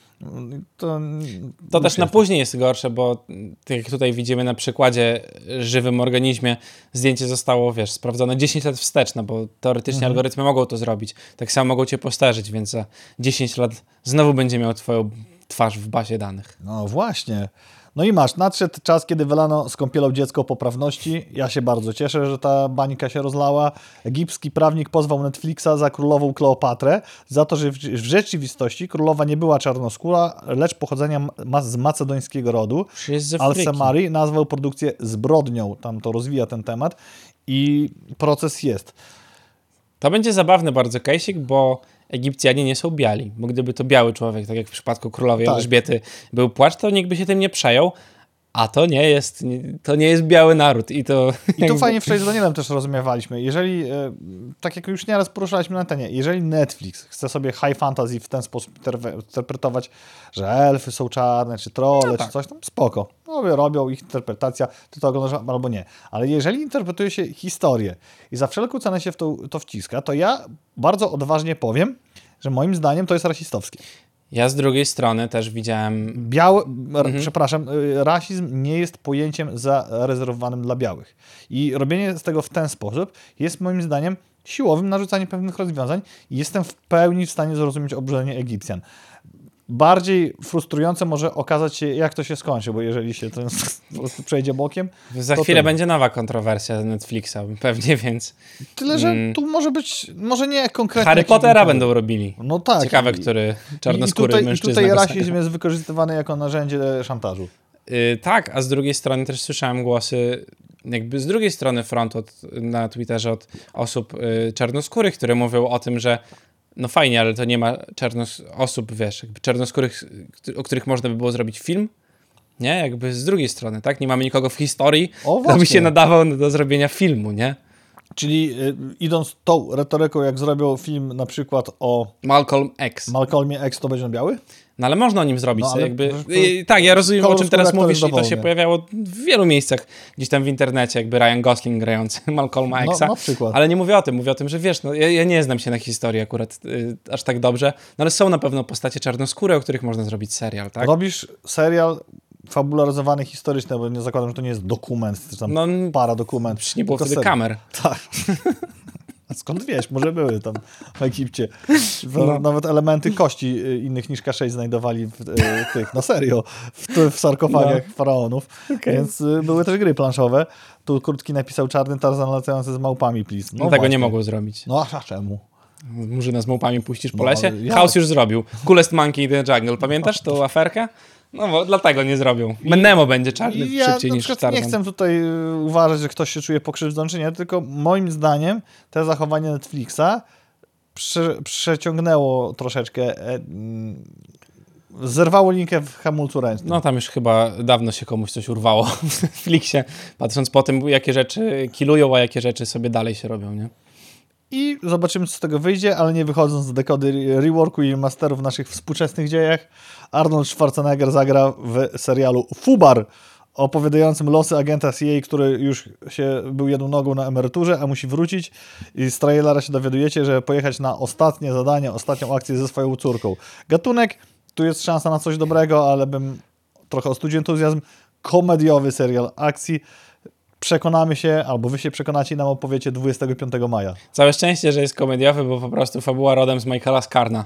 To też na później jest gorsze, bo tak jak tutaj widzimy na przykładzie żywym organizmie, zdjęcie zostało, sprawdzone 10 lat wstecz, no bo teoretycznie algorytmy mogą to zrobić. Tak samo mogą cię postarzyć, więc za 10 lat znowu będzie miał twoją twarz w bazie danych. No właśnie. No i nadszedł czas, kiedy wylano z kąpielą dziecko poprawności. Ja się bardzo cieszę, że ta bańka się rozlała. Egipski prawnik pozwał Netflixa za królową Kleopatrę za to, że w rzeczywistości królowa nie była czarnoskóra, lecz pochodzenia z macedońskiego rodu. Al-Samari nazwał produkcję zbrodnią. Tam to rozwija ten temat i proces jest. To będzie zabawny bardzo case'ik, bo Egipcjanie nie są biali, bo gdyby to biały człowiek, tak jak w przypadku królowej Elżbiety był płacz, to nikt by się tym nie przejął, a to nie jest biały naród. I tu fajnie wczoraj z Danielem też rozumiewaliśmy. Jeżeli, tak jak już nieraz poruszaliśmy na antenie, jeżeli Netflix chce sobie high fantasy w ten sposób interpretować, że elfy są czarne, czy trolle, czy coś, tam spoko. Robią ich interpretacja, ty to oglądasz albo nie. Ale jeżeli interpretuje się historię i za wszelką cenę się w to wciska, to ja bardzo odważnie powiem, że moim zdaniem to jest rasistowskie. Ja z drugiej strony też widziałem... Przepraszam, rasizm nie jest pojęciem zarezerwowanym dla białych. I robienie z tego w ten sposób jest moim zdaniem siłowym narzucaniem pewnych rozwiązań i jestem w pełni w stanie zrozumieć oburzenie Egipcjan. Bardziej frustrujące może okazać się, jak to się skończy, bo jeżeli się to po prostu przejdzie bokiem... Za chwilę będzie nowa kontrowersja Netflixa, pewnie, więc... Tyle, że tu może być, może nie konkretnie... Harry Pottera będą robili. No tak. Ciekawe, który czarnoskóry mężczyzna. I tutaj rasizm jest wykorzystywany jako narzędzie szantażu. Tak, a z drugiej strony też słyszałem głosy jakby z drugiej strony frontu na Twitterze od osób czarnoskórych, które mówią o tym, że no fajnie, ale to nie ma osób, wiesz, jakby czarnoskórych, o których można by było zrobić film, nie? Jakby z drugiej strony, tak? Nie mamy nikogo w historii, kto by się nadawał do zrobienia filmu, nie? Czyli idąc tą retoryką, jak zrobią film na przykład o Malcolmie X, to będzie on biały? No ale można o nim zrobić. No, jakby... Tak, ja rozumiem, o czym teraz mówisz i to się pojawiało w wielu miejscach gdzieś tam w internecie, jakby Ryan Gosling grający Malcolma Xa. Na przykład. Ale nie mówię o tym, że wiesz, no, ja nie znam się na historii akurat aż tak dobrze, no ale są na pewno postacie czarnoskóre, o których można zrobić serial, tak? Robisz serial fabularyzowany historyczny, bo nie zakładam, że to nie jest dokument, czy tam paradokument. Przecież nie było wtedy kamer. Tak. Skąd wiesz? Może były tam w Egipcie. Nawet elementy kości innych niż K6 znajdowali w tych, na serio, w sarkofagach faraonów. Okay. Więc były też gry planszowe. Tu krótki napisał Czarny Tarzan latający z małpami, please. No tego nie mogło zrobić. No a czemu? Murzyna z małpami puścisz po lesie? House już zrobił. Coolest Monkey in the Jungle. Pamiętasz tą aferkę? No bo dlatego nie zrobią. Nemo będzie czarny szybciej niż Tarzan. Nie chcę tutaj uważać, że ktoś się czuje pokrzywdzony czy nie, tylko moim zdaniem te zachowanie Netflixa przeciągnęło troszeczkę, zerwało linkę w hamulcu ręcznym. No tam już chyba dawno się komuś coś urwało w Netflixie, patrząc po tym, jakie rzeczy killują, a jakie rzeczy sobie dalej się robią, nie? I zobaczymy, co z tego wyjdzie, ale nie wychodząc z dekody reworku i masterów w naszych współczesnych dziejach, Arnold Schwarzenegger zagra w serialu Fubar, opowiadającym losy agenta CIA, który już był jedną nogą na emeryturze, a musi wrócić. I z trailera się dowiadujecie, że pojechać na ostatnie zadanie, ostatnią akcję ze swoją córką. Gatunek, tu jest szansa na coś dobrego, ale bym trochę ostudził entuzjazm. Komediowy serial akcji. Przekonamy się, albo wy się przekonacie i nam opowiecie 25 maja. Całe szczęście, że jest komediowy, bo po prostu fabuła rodem z Michaela Scarna.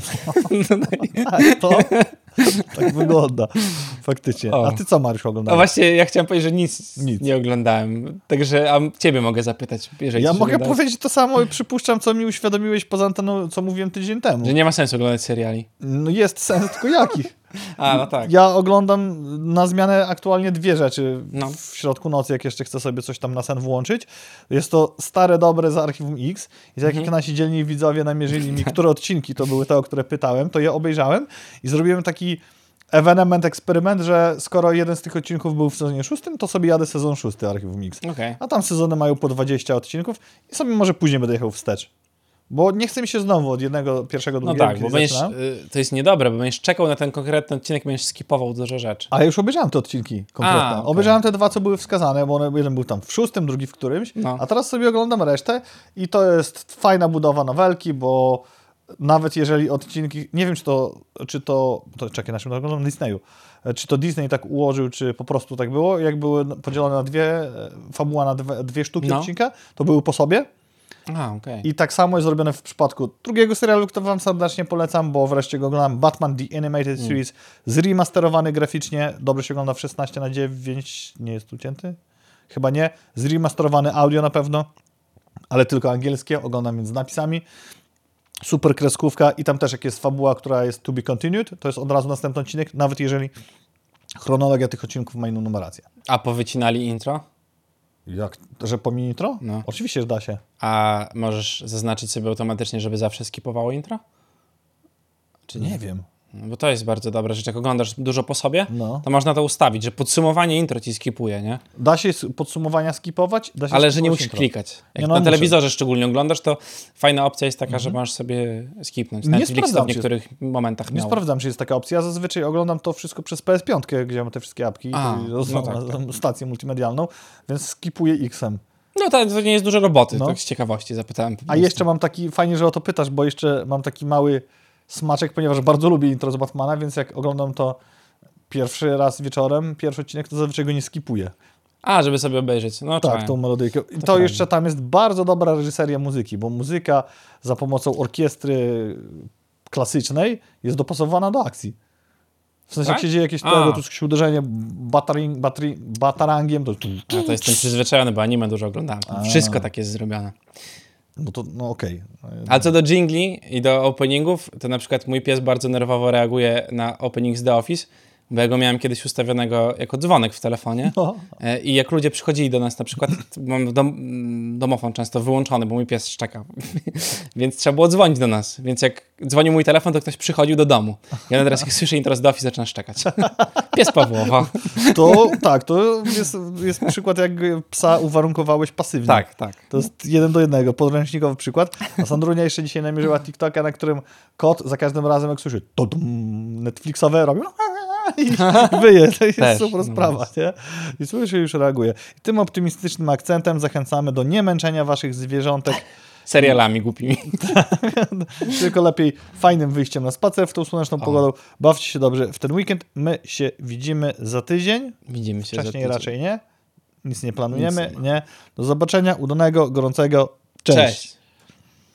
Tak wygląda. Faktycznie. A ty co, Mariusz, oglądałeś? No właśnie, ja chciałem powiedzieć, że nic nie oglądałem. Także ciebie mogę zapytać. Ja mogę powiedzieć to samo i przypuszczam, co mi uświadomiłeś poza anteną, co mówiłem tydzień temu. Że nie ma sensu oglądać seriali. No jest sens, tylko jakich? No tak. Ja oglądam na zmianę aktualnie dwie rzeczy w środku nocy, jak jeszcze chcę sobie coś tam na sen włączyć. Jest to stare, dobre z Archiwum X. I tak jak nasi dzielni widzowie namierzyli mi, które odcinki to były te, o które pytałem, to je obejrzałem i zrobiłem taki eksperyment, że skoro jeden z tych odcinków był w sezonie 6, to sobie jadę sezon 6 Archiwum X. Okay. A tam sezony mają po 20 odcinków i sobie może później będę jechał wstecz. Bo nie chce mi się znowu od pierwszego, drugiego. No tak, bo to jest niedobre, bo będziesz czekał na ten konkretny odcinek, będziesz skipował dużo rzeczy. Ale już obejrzałem te odcinki konkretne. Okay. Obejrzałem te dwa, co były wskazane, bo jeden był tam w 6, drugi w którymś, a teraz sobie oglądam resztę i to jest fajna budowa nowelki, bo nawet jeżeli odcinki, nie wiem czy to czekaj, na czym to oglądam? Disneyu. Czy to Disney tak ułożył, czy po prostu tak było, jak były podzielone na fabuła na dwie sztuki odcinka, to były po sobie. Okay. I tak samo jest zrobione w przypadku drugiego serialu, który wam serdecznie polecam, bo wreszcie go oglądam, Batman The Animated Series, zremasterowany graficznie, dobrze się ogląda w 16:9, nie jest ucięty? Chyba nie. Zremasterowany audio na pewno, ale tylko angielskie, oglądam więc z napisami. Super kreskówka i tam też jak jest fabuła, która jest to be continued, to jest od razu następny odcinek, nawet jeżeli chronologia tych odcinków ma inną numerację. A powycinali intro? Jak? Że pomini intro? No. Oczywiście, że da się. A możesz zaznaczyć sobie automatycznie, żeby zawsze skipowało intro? Czy nie wiem. No bo to jest bardzo dobra rzecz. Jak oglądasz dużo po sobie, to można to ustawić, że podsumowanie intro ci skipuje, nie? Da się podsumowania skipować, ale że nie musisz klikać. Jak na telewizorze szczególnie oglądasz, to fajna opcja jest taka, że możesz sobie skipnąć. Netflix to w niektórych momentach Nie sprawdzam, czy jest taka opcja. Ja zazwyczaj oglądam to wszystko przez PS5, gdzie mam te wszystkie apki, stację multimedialną, więc skipuję X-em. No to nie jest dużo roboty, tak z ciekawości zapytałem. A jeszcze mam taki, fajnie, że o to pytasz, bo jeszcze mam taki mały smaczek, ponieważ bardzo lubię intro z Batmana, więc jak oglądam to pierwszy raz wieczorem, pierwszy odcinek, to zazwyczaj go nie skipuję. Żeby sobie obejrzeć. No, tak, tą melodyjkę. I to jeszcze tam jest bardzo dobra reżyseria muzyki, bo muzyka za pomocą orkiestry klasycznej jest dopasowana do akcji. W sensie, jak się dzieje jakieś uderzenie batarangiem, to... To jestem przyzwyczajony, bo anime dużo oglądałem. Wszystko tak jest zrobione. No okej. A co do jingli i do openingów, to na przykład mój pies bardzo nerwowo reaguje na opening z The Office, bo ja go miałem kiedyś ustawionego jako dzwonek w telefonie i jak ludzie przychodzili do nas, na przykład mam domofon często wyłączony, bo mój pies szczeka, więc trzeba było dzwonić do nas, więc jak dzwonił mój telefon, to ktoś przychodził do domu. Ja teraz jak słyszę intro z The Office, zaczyna szczekać. Pies Pawłowa. To jest przykład, jak psa uwarunkowałeś pasywnie. Tak. To jest 1:1, podręcznikowy przykład. A Sandrunia jeszcze dzisiaj namierzyła TikToka, na którym kot za każdym razem, jak słyszy Netflixowe, robią i wyje. To jest super sprawa, nie? I słyszy, już reaguje. I tym optymistycznym akcentem zachęcamy do niemęczenia waszych zwierzątek serialami głupimi. Tylko lepiej fajnym wyjściem na spacer w tą słoneczną pogodą. Bawcie się dobrze w ten weekend. My się widzimy za tydzień. Widzimy się wcześniej za tydzień. Raczej nie. Nic nie planujemy. Nie. Do zobaczenia. Udanego, gorącego. Cześć.